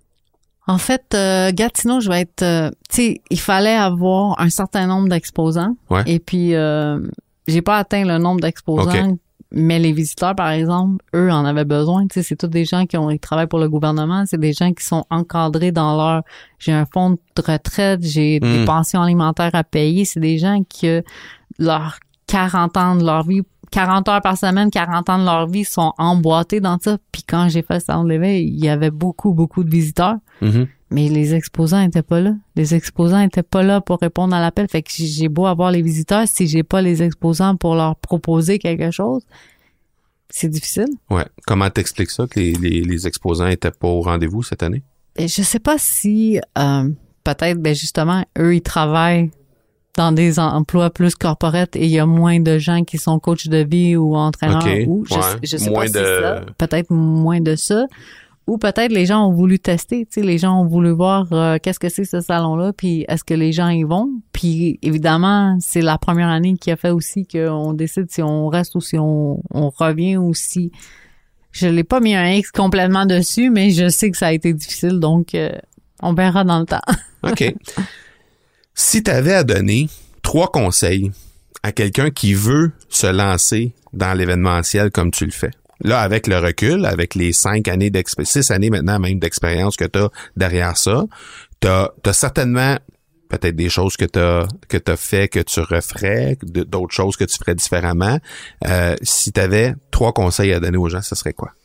En fait, euh, Gatineau, je vais être... Euh, tu sais, il fallait avoir un certain nombre d'exposants. Ouais. Et puis, euh, j'ai pas atteint le nombre d'exposants. Okay. Mais les visiteurs, par exemple, eux en avaient besoin. Tu sais, c'est tous des gens qui ont ils travaillent pour le gouvernement. C'est des gens qui sont encadrés dans leur... J'ai un fonds de retraite, j'ai mmh. des pensions alimentaires à payer. C'est des gens qui, euh, leurs quarante ans de leur vie, quarante heures par semaine, quarante ans de leur vie sont emboîtés dans ça. Puis quand j'ai fait le salon de l'éveil, il y avait beaucoup, beaucoup de visiteurs. Mmh. Mais les exposants étaient pas là. Les exposants étaient pas là pour répondre à l'appel. Fait que j'ai beau avoir les visiteurs, si j'ai pas les exposants pour leur proposer quelque chose, c'est difficile. Ouais. Comment t'expliques ça, que les, les, les exposants étaient pas au rendez-vous cette année? Et je sais pas si, euh, peut-être, ben justement, eux, ils travaillent dans des emplois plus corporates et il y a moins de gens qui sont coachs de vie ou entraîneurs. Okay. Ou je, ouais. je sais moins pas de... si c'est ça. Peut-être moins de ça. Ou peut-être les gens ont voulu tester, tu sais, les gens ont voulu voir euh, qu'est-ce que c'est ce salon-là, puis est-ce que les gens y vont. Puis évidemment, c'est la première année qui a fait aussi qu'on décide si on reste ou si on, on revient ou si... Je l'ai pas mis un X complètement dessus, mais je sais que ça a été difficile, donc euh, on verra dans le temps. OK. Si tu avais à donner trois conseils à quelqu'un qui veut se lancer dans l'événementiel comme tu le fais, là, avec le recul, avec les cinq années d'expérience, six années maintenant même d'expérience que tu as derrière ça, tu as certainement peut-être des choses que tu as que tu as fait que tu referais, d'autres choses que tu ferais différemment. Euh, si tu avais trois conseils à donner aux gens, ce serait quoi?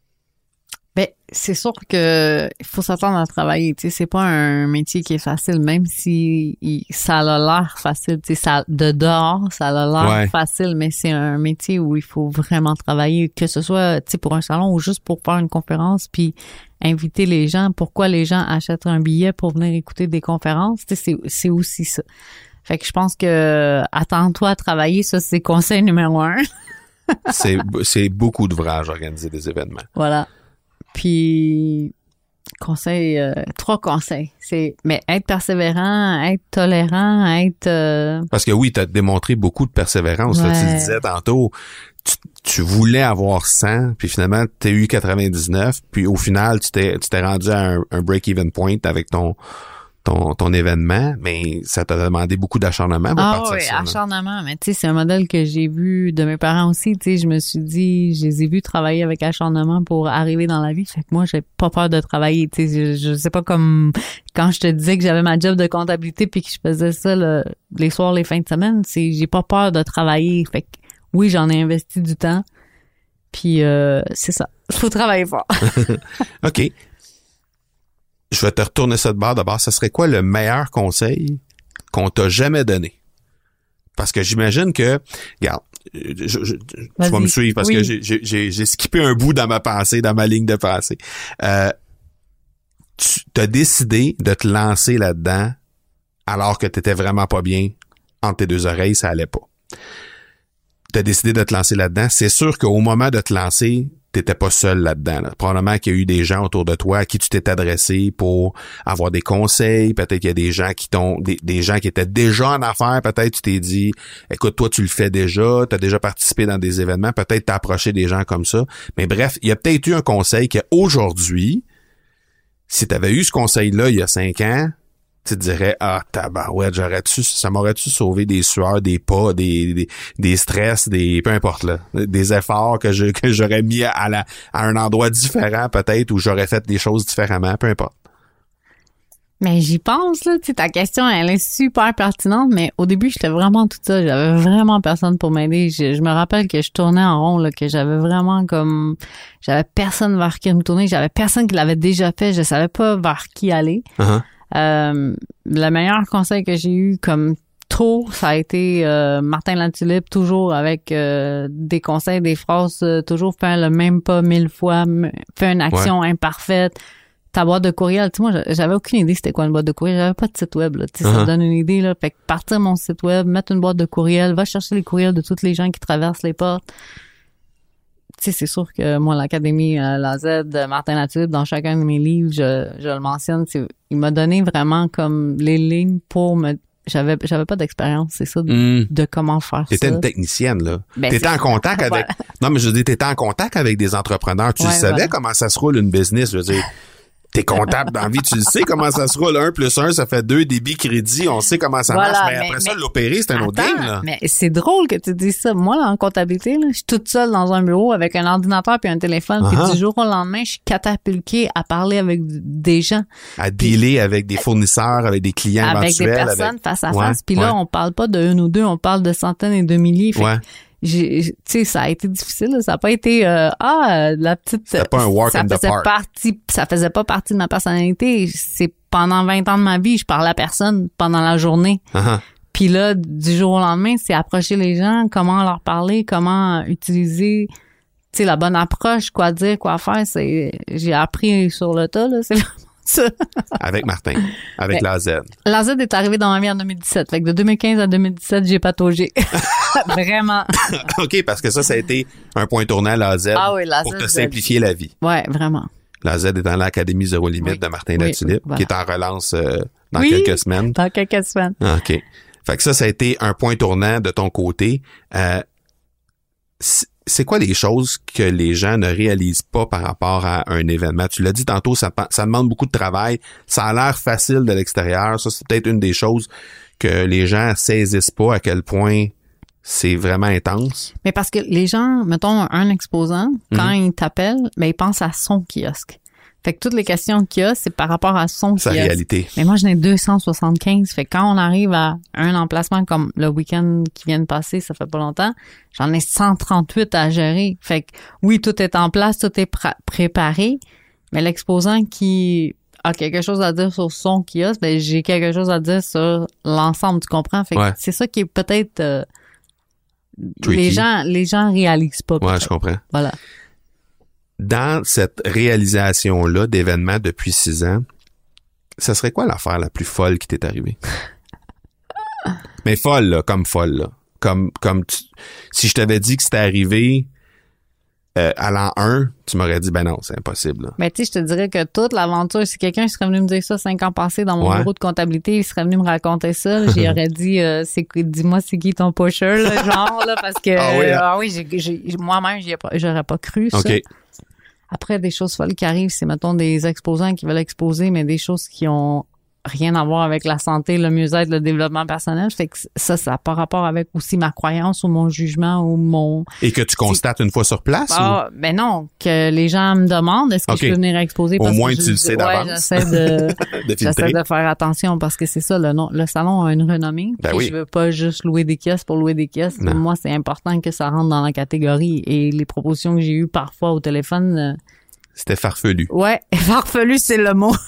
Ben, c'est sûr que il faut s'attendre à travailler, tu sais, c'est pas un métier qui est facile, même si il, ça a l'air facile, tu sais, ça, de dehors, ça a l'air ouais. facile, mais c'est un métier où il faut vraiment travailler, que ce soit, tu sais, pour un salon ou juste pour faire une conférence, puis inviter les gens. Pourquoi les gens achètent un billet pour venir écouter des conférences, tu sais, c'est, c'est aussi ça. Fait que je pense que attends-toi à travailler, ça, c'est conseil numéro un. c'est, c'est beaucoup d'ouvrages, organiser des événements. Voilà. Puis, conseil, euh, trois conseils. C'est, mais être persévérant, être tolérant, être... Euh... Parce que oui, tu as démontré beaucoup de persévérance. Ouais. Là, tu le disais tantôt, tu, tu voulais avoir cent, puis finalement, tu as eu quatre-vingt-dix-neuf, puis au final, tu t'es, tu t'es rendu à un, un break-even point avec ton... Ton, ton événement, mais ça t'a demandé beaucoup d'acharnement pour ah partir oui, ça. Ah oui, acharnement. Mais tu sais, c'est un modèle que j'ai vu de mes parents aussi. Tu sais, je me suis dit, je les ai vus travailler avec acharnement pour arriver dans la vie. Fait que moi, j'ai pas peur de travailler. Tu sais, je, je sais pas comme quand je te disais que j'avais ma job de comptabilité puis que je faisais ça le, les soirs, les fins de semaine. C'est, j'ai pas peur de travailler. Fait que oui, j'en ai investi du temps. Puis euh, c'est ça. Faut travailler fort. OK. Je vais te retourner ça de bord d'abord. Ce serait quoi le meilleur conseil qu'on t'a jamais donné? Parce que j'imagine que, regarde, je, je, tu vas me suivre parce oui. que j'ai, j'ai, j'ai skippé un bout dans ma pensée, dans ma ligne de pensée. Euh, tu t'as décidé de te lancer là-dedans alors que t'étais vraiment pas bien entre tes deux oreilles, ça allait pas. T'as décidé de te lancer là-dedans. C'est sûr qu'au moment de te lancer, t'étais pas seul là-dedans. Là. Probablement qu'il y a eu des gens autour de toi à qui tu t'es adressé pour avoir des conseils. Peut-être qu'il y a des gens qui t'ont, des, des gens qui étaient déjà en affaires. Peut-être tu t'es dit, écoute, toi, tu le fais déjà. T'as déjà participé dans des événements. Peut-être t'as approché des gens comme ça. Mais bref, il y a peut-être eu un conseil qu'aujourd'hui, si t'avais eu ce conseil-là il y a cinq ans, tu te dirais, ah, tabarouette, j'aurais-tu, ça m'aurait-tu sauvé des sueurs, des pas, des, des, des stress, des, peu importe, là, des efforts que je, que j'aurais mis à la, à un endroit différent, peut-être, où j'aurais fait des choses différemment, peu importe. Mais j'y pense, là, tu sais, ta question, elle est super pertinente, mais au début, j'étais vraiment toute seule. J'avais vraiment personne pour m'aider. Je, je me rappelle que je tournais en rond, là, que j'avais vraiment comme, j'avais personne vers qui me tourner. J'avais personne qui l'avait déjà fait. Je savais pas vers qui aller. Uh-huh. Euh, le meilleur conseil que j'ai eu comme tôt, ça a été euh, Martin Latulippe, toujours avec euh, des conseils, des phrases, euh, toujours faire le même pas mille fois, m- faire une action ouais. imparfaite. Ta boîte de courriel, tu sais, moi, j'avais aucune idée c'était quoi une boîte de courriel. J'avais pas de site web, là. Tu sais, uh-huh. ça me donne une idée, là. Fait que partir mon site web, mettre une boîte de courriel, va chercher les courriels de tous les gens qui traversent les portes. Tu sais, c'est sûr que moi, l'Académie euh, la Z de Martin Latulippe, dans chacun de mes livres, je, je le mentionne, c'est, il m'a donné vraiment comme les lignes pour me... J'avais j'avais pas d'expérience, c'est ça, de, mm. de comment faire t'étais ça. T'étais une technicienne, là. Ben, t'étais en contact avec... Voilà. Non, mais je veux dire, t'étais en contact avec des entrepreneurs. Tu ouais, savais voilà. comment ça se roule une business, je veux dire... T'es comptable dans la vie, tu le sais comment ça se roule. Un plus un, ça fait deux, débit, crédit, on sait comment ça voilà, marche. Mais, mais après mais, ça, l'opérer, c'est un attends, autre game, là. Mais c'est drôle que tu dises ça. Moi, là, en comptabilité, là, je suis toute seule dans un bureau avec un ordinateur puis un téléphone. Uh-huh. Puis du jour au lendemain, je suis catapulquée à parler avec des gens. À dealer avec des fournisseurs, avec des clients avec éventuels. Avec des personnes avec... face à ouais, face. Puis ouais. là, on parle pas de une ou deux, on parle de centaines et de milliers. Fait ouais. j'ai, tu sais, ça a été difficile, là. Ça a pas été euh, ah la petite. C'était pas un walk ça in the faisait park. Partie, ça faisait pas partie de ma personnalité. C'est pendant vingt ans de ma vie, je parlais à personne pendant la journée. Uh-huh. Puis là, du jour au lendemain, c'est approcher les gens, comment leur parler, comment utiliser, tu sais, la bonne approche, quoi dire, quoi faire. C'est, j'ai appris sur le tas, là. C'est vraiment ça. Avec Martin, avec la Z. La Z est arrivée dans ma vie en deux mille dix-sept. Fait que de deux mille quinze à deux mille dix-sept, j'ai pataugé. Vraiment. OK, parce que ça, ça a été un point tournant à la Z ah oui, la pour Z, te simplifier la vie. Ouais, vraiment. La Z est dans l'Académie Zéro Limite oui. de Martin oui, Latulippe, voilà. qui est en relance euh, dans oui, quelques semaines. dans quelques semaines. Ah, OK. Fait que ça, ça a été un point tournant de ton côté. Euh, c'est quoi les choses que les gens ne réalisent pas par rapport à un événement? Tu l'as dit tantôt, ça, ça demande beaucoup de travail. Ça a l'air facile de l'extérieur. Ça, c'est peut-être une des choses que les gens saisissent pas à quel point c'est vraiment intense. Mais parce que les gens, mettons, un exposant, quand mm-hmm. il t'appelle, ben, il pense à son kiosque. Fait que toutes les questions qu'il y a, c'est par rapport à son Sa kiosque. réalité. Mais moi, j'en ai deux cent soixante-quinze. Fait que quand on arrive à un emplacement comme le week-end qui vient de passer, ça fait pas longtemps, j'en ai cent trente-huit à gérer. Fait que oui, tout est en place, tout est pr- préparé, mais l'exposant qui a quelque chose à dire sur son kiosque, ben j'ai quelque chose à dire sur l'ensemble, tu comprends? Fait que ouais. c'est ça qui est peut-être... Euh, les gens les gens réalisent pas. Ouais, peut-être. je comprends. Voilà. Dans cette réalisation-là d'événements depuis six ans, ça serait quoi l'affaire la plus folle qui t'est arrivée? Mais folle, là, comme folle, là. Comme, comme tu, si je t'avais dit que c'était arrivé euh, à l'an un, tu m'aurais dit, ben non, c'est impossible. Là. Mais tu sais, je te dirais que toute l'aventure, si quelqu'un serait venu me dire ça cinq ans passés dans mon ouais. bureau de comptabilité, il serait venu me raconter ça, j'y aurais dit, euh, c'est dis-moi c'est qui ton pusher, là, genre, là, parce que, ah oui, hein? ah oui j'ai, j'ai, moi-même, j'y ai pas, j'aurais pas cru ça. Okay. Après, des choses folles qui arrivent, c'est, mettons, des exposants qui veulent exposer, mais des choses qui ont rien à voir avec la santé, le mieux-être, le développement personnel. Fait que ça, ça n'a pas rapport avec aussi ma croyance ou mon jugement ou mon... Et que tu constates une fois sur place? Ah, ou? Ben non, que les gens me demandent est-ce que okay. je peux venir exposer. Au parce moins, que tu je, le sais ouais, d'avance. J'essaie de, de j'essaie de faire attention parce que c'est ça, le, nom, le salon a une renommée. Ben oui. Je veux pas juste louer des caisses pour louer des caisses. Non. Moi, c'est important que ça rentre dans la catégorie. Et les propositions que j'ai eues parfois au téléphone... Euh, C'était farfelu. Ouais, farfelu, c'est le mot.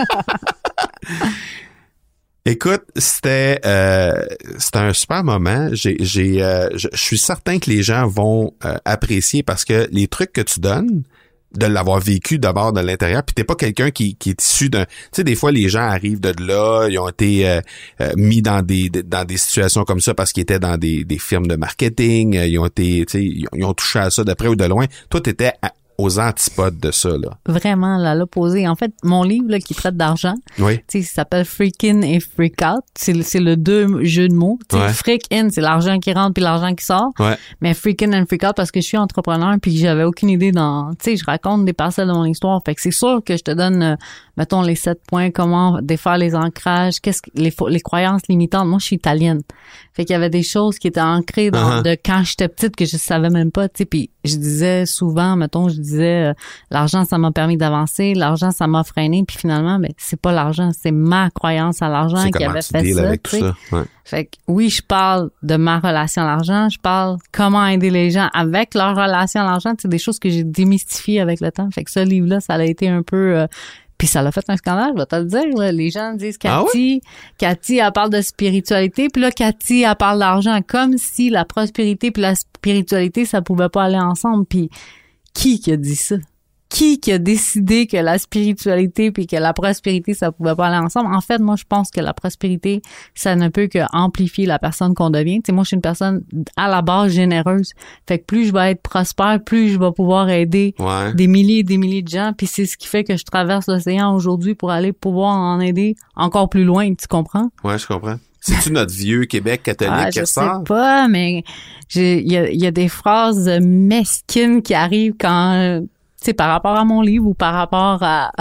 Écoute, c'était euh, c'était un super moment. J'ai j'ai euh, je, je suis certain que les gens vont euh, apprécier parce que les trucs que tu donnes, de l'avoir vécu d'abord de l'intérieur, puis t'es pas quelqu'un qui qui est issu d'un, tu sais, des fois les gens arrivent de là, ils ont été euh, euh, mis dans des dans des situations comme ça parce qu'ils étaient dans des des firmes de marketing, ils ont été, tu sais, ils, ils ont touché à ça de près ou de loin. Toi, t'étais à, aux antipodes de ça, là. Vraiment, là, l'opposé. En fait, mon livre, là, qui traite d'argent, Oui. tu sais, il s'appelle Freak In et Freak Out. C'est, c'est le deux jeux de mots. Tu sais, Ouais. Freak In, c'est l'argent qui rentre puis l'argent qui sort. Ouais. Mais Freak In and Freak Out parce que je suis entrepreneur puis que j'avais aucune idée dans, tu sais, je raconte des parcelles de mon histoire. Fait que c'est sûr que je te donne, euh, mettons, les sept points, comment défaire les ancrages, qu'est-ce que, les, les croyances limitantes. Moi, je suis italienne. Fait qu'il y avait des choses qui étaient ancrées dans, Uh-huh. de quand j'étais petite que je savais même pas, tu sais, puis je disais souvent, mettons, je disais, euh, l'argent, ça m'a permis d'avancer, l'argent, ça m'a freiné, puis finalement, ben, c'est pas l'argent, c'est ma croyance à l'argent C'est qui comment avait tu fait deals ça, avec tu tout sais. ça. Ouais. Fait que oui, je parle de ma relation à l'argent, je parle comment aider les gens avec leur relation à l'argent, c'est des choses que j'ai démystifiées avec le temps. Fait que ce livre-là, ça a été un peu... Euh, puis ça l'a fait un scandale, je vais te le dire. Là. Les gens disent Ah Cathy, Cathy, elle parle de spiritualité, puis là, Cathy, elle parle d'argent, comme si la prospérité puis la spiritualité, ça pouvait pas aller ensemble. Puis qui qui a dit ça? Qui qui a décidé que la spiritualité puis que la prospérité, ça pouvait pas aller ensemble? En fait, moi, je pense que la prospérité, ça ne peut que amplifier la personne qu'on devient. Tu sais, moi, je suis une personne à la base généreuse. Fait que plus je vais être prospère, plus je vais pouvoir aider Ouais. des milliers et des milliers de gens. Puis c'est ce qui fait que je traverse l'océan aujourd'hui pour aller pouvoir en aider encore plus loin. Tu comprends? Ouais, je comprends. C'est-tu notre vieux Québec catholique Ah, qui je sais ressort? pas, mais j'ai, il y a, il y a des phrases mesquines qui arrivent quand, tu sais, par rapport à mon livre ou par rapport à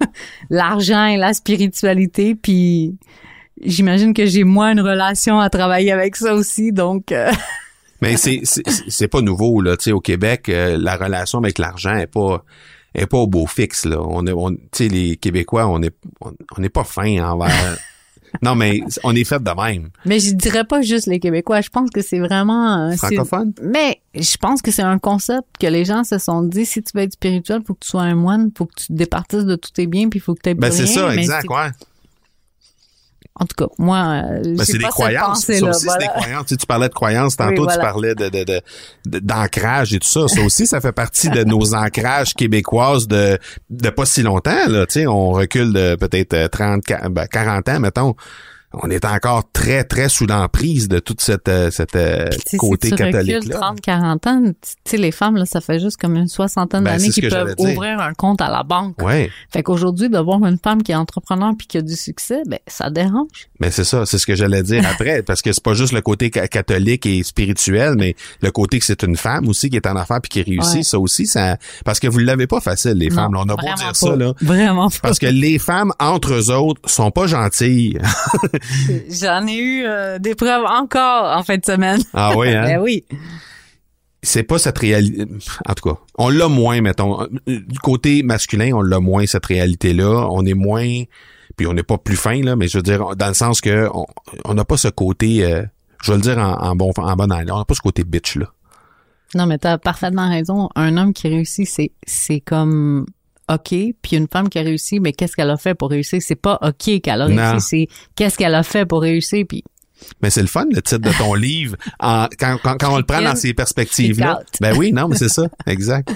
l'argent et la spiritualité, puis j'imagine que j'ai moi une relation à travailler avec ça aussi, donc euh, Mais c'est, c'est, c'est pas nouveau, là. Tu sais, au Québec, euh, la relation avec l'argent est pas, est pas au beau fixe, là. On est, on, tu sais, les Québécois, on est, on, on est pas fins envers... Non, mais on est fait de même. mais je dirais pas juste les Québécois, je pense que c'est vraiment... euh, c'est- Francophone? Mais je pense que c'est un concept que les gens se sont dit, si tu veux être spirituel, faut que tu sois un moine, faut que tu te départisses de tous tes biens, puis faut que tu aies Ben, plus c'est rien, ça, mais exact, c'est- ouais. En tout cas, moi, euh, Ben, j'ai c'est des pas croyances. cette Ça pensée-là, aussi, c'est des voilà. croyances. Tu sais, tu parlais de croyances tantôt, Oui, voilà. tu parlais de, de, de, de- d'ancrage et tout ça. Ça aussi, ça fait partie de nos ancrages québécoises de, de pas si longtemps, là. Tu sais, on recule de peut-être trente, ben, quarante ans, mettons. On est encore très, très sous l'emprise de toute cette, euh, cette euh, Puis, tu sais, côté si tu recules catholique-là. trente, quarante ans, tu sais, les femmes, là, ça fait juste comme une soixantaine Ben, d'années c'est ce qu'ils que peuvent j'allais dire. ouvrir un compte à la banque. Ouais. Fait qu'aujourd'hui, de voir une femme qui est entrepreneur puis qui a du succès, ben, ça dérange. Mais c'est ça, c'est ce que j'allais dire après, parce que c'est pas juste le côté ca- catholique et spirituel, mais le côté que c'est une femme aussi qui est en affaires puis qui réussit, Ouais. ça aussi, ça, parce que vous l'avez pas facile, les femmes. Non, là. On a beau vraiment dire pas. ça, là. Vraiment pas. Parce que les femmes, entre eux autres, sont pas gentilles. J'en ai eu euh, des preuves encore en fin de semaine. Ah oui, hein? Ben oui. C'est pas cette réalité. En tout cas, on l'a moins, mettons. Du côté masculin, on l'a moins, cette réalité-là. On est moins, puis on n'est pas plus fin, là, mais je veux dire, dans le sens que on on n'a pas ce côté, euh, je vais le dire en, en bon en bon anglais, on n'a pas ce côté bitch, là. Non, mais t'as parfaitement raison. Un homme qui réussit, c'est, c'est comme OK. Puis une femme qui a réussi, mais qu'est-ce qu'elle a fait pour réussir? C'est pas OK qu'elle a réussi, Non. c'est qu'est-ce qu'elle a fait pour réussir. Puis Mais c'est le fun, le titre de ton livre, en, quand, quand, quand on le prend dans ces perspectives-là. Freak out. Ben oui, non, mais c'est ça, exact.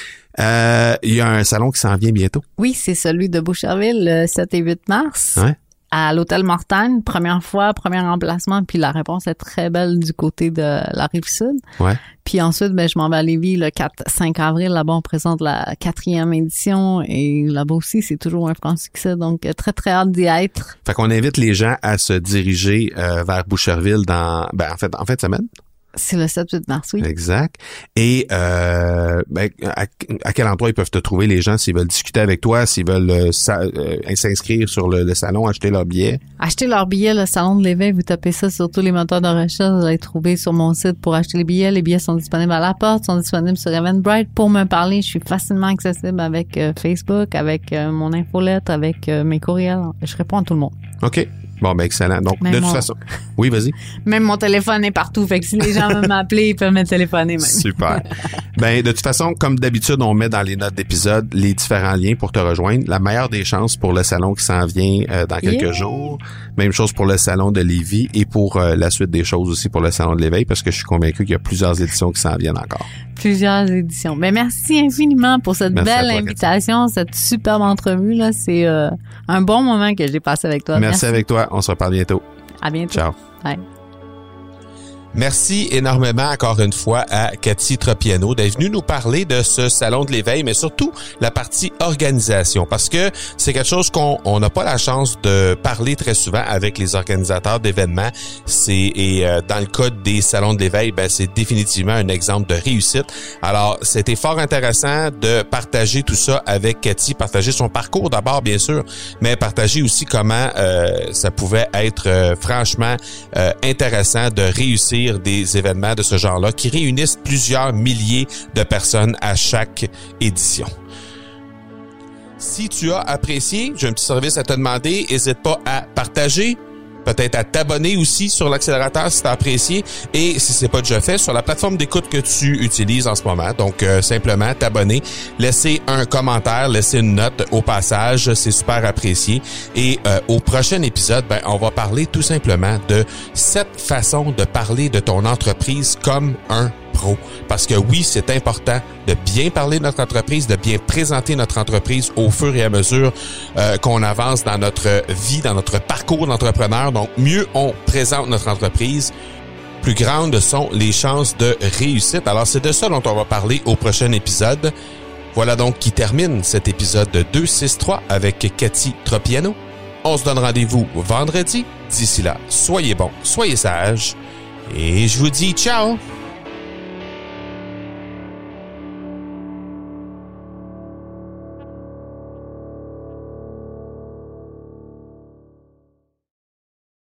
Euh, il y a un salon qui s'en vient bientôt. oui, c'est celui de Boucherville, le sept et huit mars. Ouais. À l'hôtel Mortagne, première fois, premier emplacement, puis la réponse est très belle du côté de la Rive-Sud. Ouais. Puis ensuite, ben, je m'en vais à Lévis le quatre cinq avril. Là-bas, on présente la quatrième édition et là-bas aussi, c'est toujours un franc succès. Donc, euh, très, très hâte d'y être. Fait qu'on invite les gens à se diriger euh, vers Boucherville dans, ben en fait, en fin de semaine. C'est le sept huit mars, oui. Exact. Et euh, ben, à, à quel endroit ils peuvent te trouver, les gens, s'ils veulent discuter avec toi, s'ils veulent euh, sa- euh, s'inscrire sur le, le salon, acheter leur billet. Achetez leur billet, le Salon de l'éveil, vous tapez ça sur tous les moteurs de recherche, vous allez trouver sur mon site pour acheter les billets. Les billets sont disponibles à la porte, sont disponibles sur Eventbrite. Pour me parler, je suis facilement accessible avec euh, Facebook, avec euh, mon infolettre, avec euh, mes courriels. Je réponds à tout le monde. OK. Bon, ben excellent. Donc, Même de toute moi. façon... Oui, vas-y. Même mon téléphone est partout, fait que si les gens veulent m'appeler, ils peuvent me téléphoner même. Super. Ben, de toute façon, comme d'habitude, on met dans les notes d'épisode les différents liens pour te rejoindre. La meilleure des chances pour le salon qui s'en vient euh, dans quelques Yeah. jours. Même chose pour le salon de Lévis et pour euh, la suite des choses aussi pour le salon de l'éveil, parce que je suis convaincu qu'il y a plusieurs éditions qui s'en viennent encore. Plusieurs éditions. Ben merci infiniment pour cette Merci à belle toi, invitation, cette superbe entrevue là. C'est euh, un bon moment que j'ai passé avec toi. Merci avec toi. On se reparle bientôt. À bientôt. Ciao. Bye. Merci énormément encore une fois à Cathy Tropiano d'être venue nous parler de ce salon de l'éveil, mais surtout la partie organisation, parce que c'est quelque chose qu'on on n'a pas la chance de parler très souvent avec les organisateurs d'événements. C'est et euh, dans le cas des salons de l'éveil, ben c'est définitivement un exemple de réussite. Alors, c'était fort intéressant de partager tout ça avec Cathy, partager son parcours d'abord bien sûr, mais partager aussi comment euh, ça pouvait être euh, franchement euh, intéressant de réussir des événements de ce genre-là qui réunissent plusieurs milliers de personnes à chaque édition. Si tu as apprécié, j'ai un petit service à te demander, n'hésite pas à partager, peut-être à t'abonner aussi sur l'accélérateur si tu as apprécié, et si c'est pas déjà fait, sur la plateforme d'écoute que tu utilises en ce moment. Donc, euh, simplement t'abonner, laisser un commentaire, laisser une note au passage, c'est super apprécié. Et euh, au prochain épisode, ben, on va parler tout simplement de cette façon de parler de ton entreprise comme un pro. Parce que oui, c'est important de bien parler de notre entreprise, de bien présenter notre entreprise au fur et à mesure euh, qu'on avance dans notre vie, dans notre parcours d'entrepreneur. Donc, mieux on présente notre entreprise, plus grandes sont les chances de réussite. Alors, c'est de ça dont on va parler au prochain épisode. Voilà donc qui termine cet épisode deux cent soixante-trois avec Cathy Tropiano. On se donne rendez-vous vendredi. D'ici là, soyez bons, soyez sages et je vous dis ciao!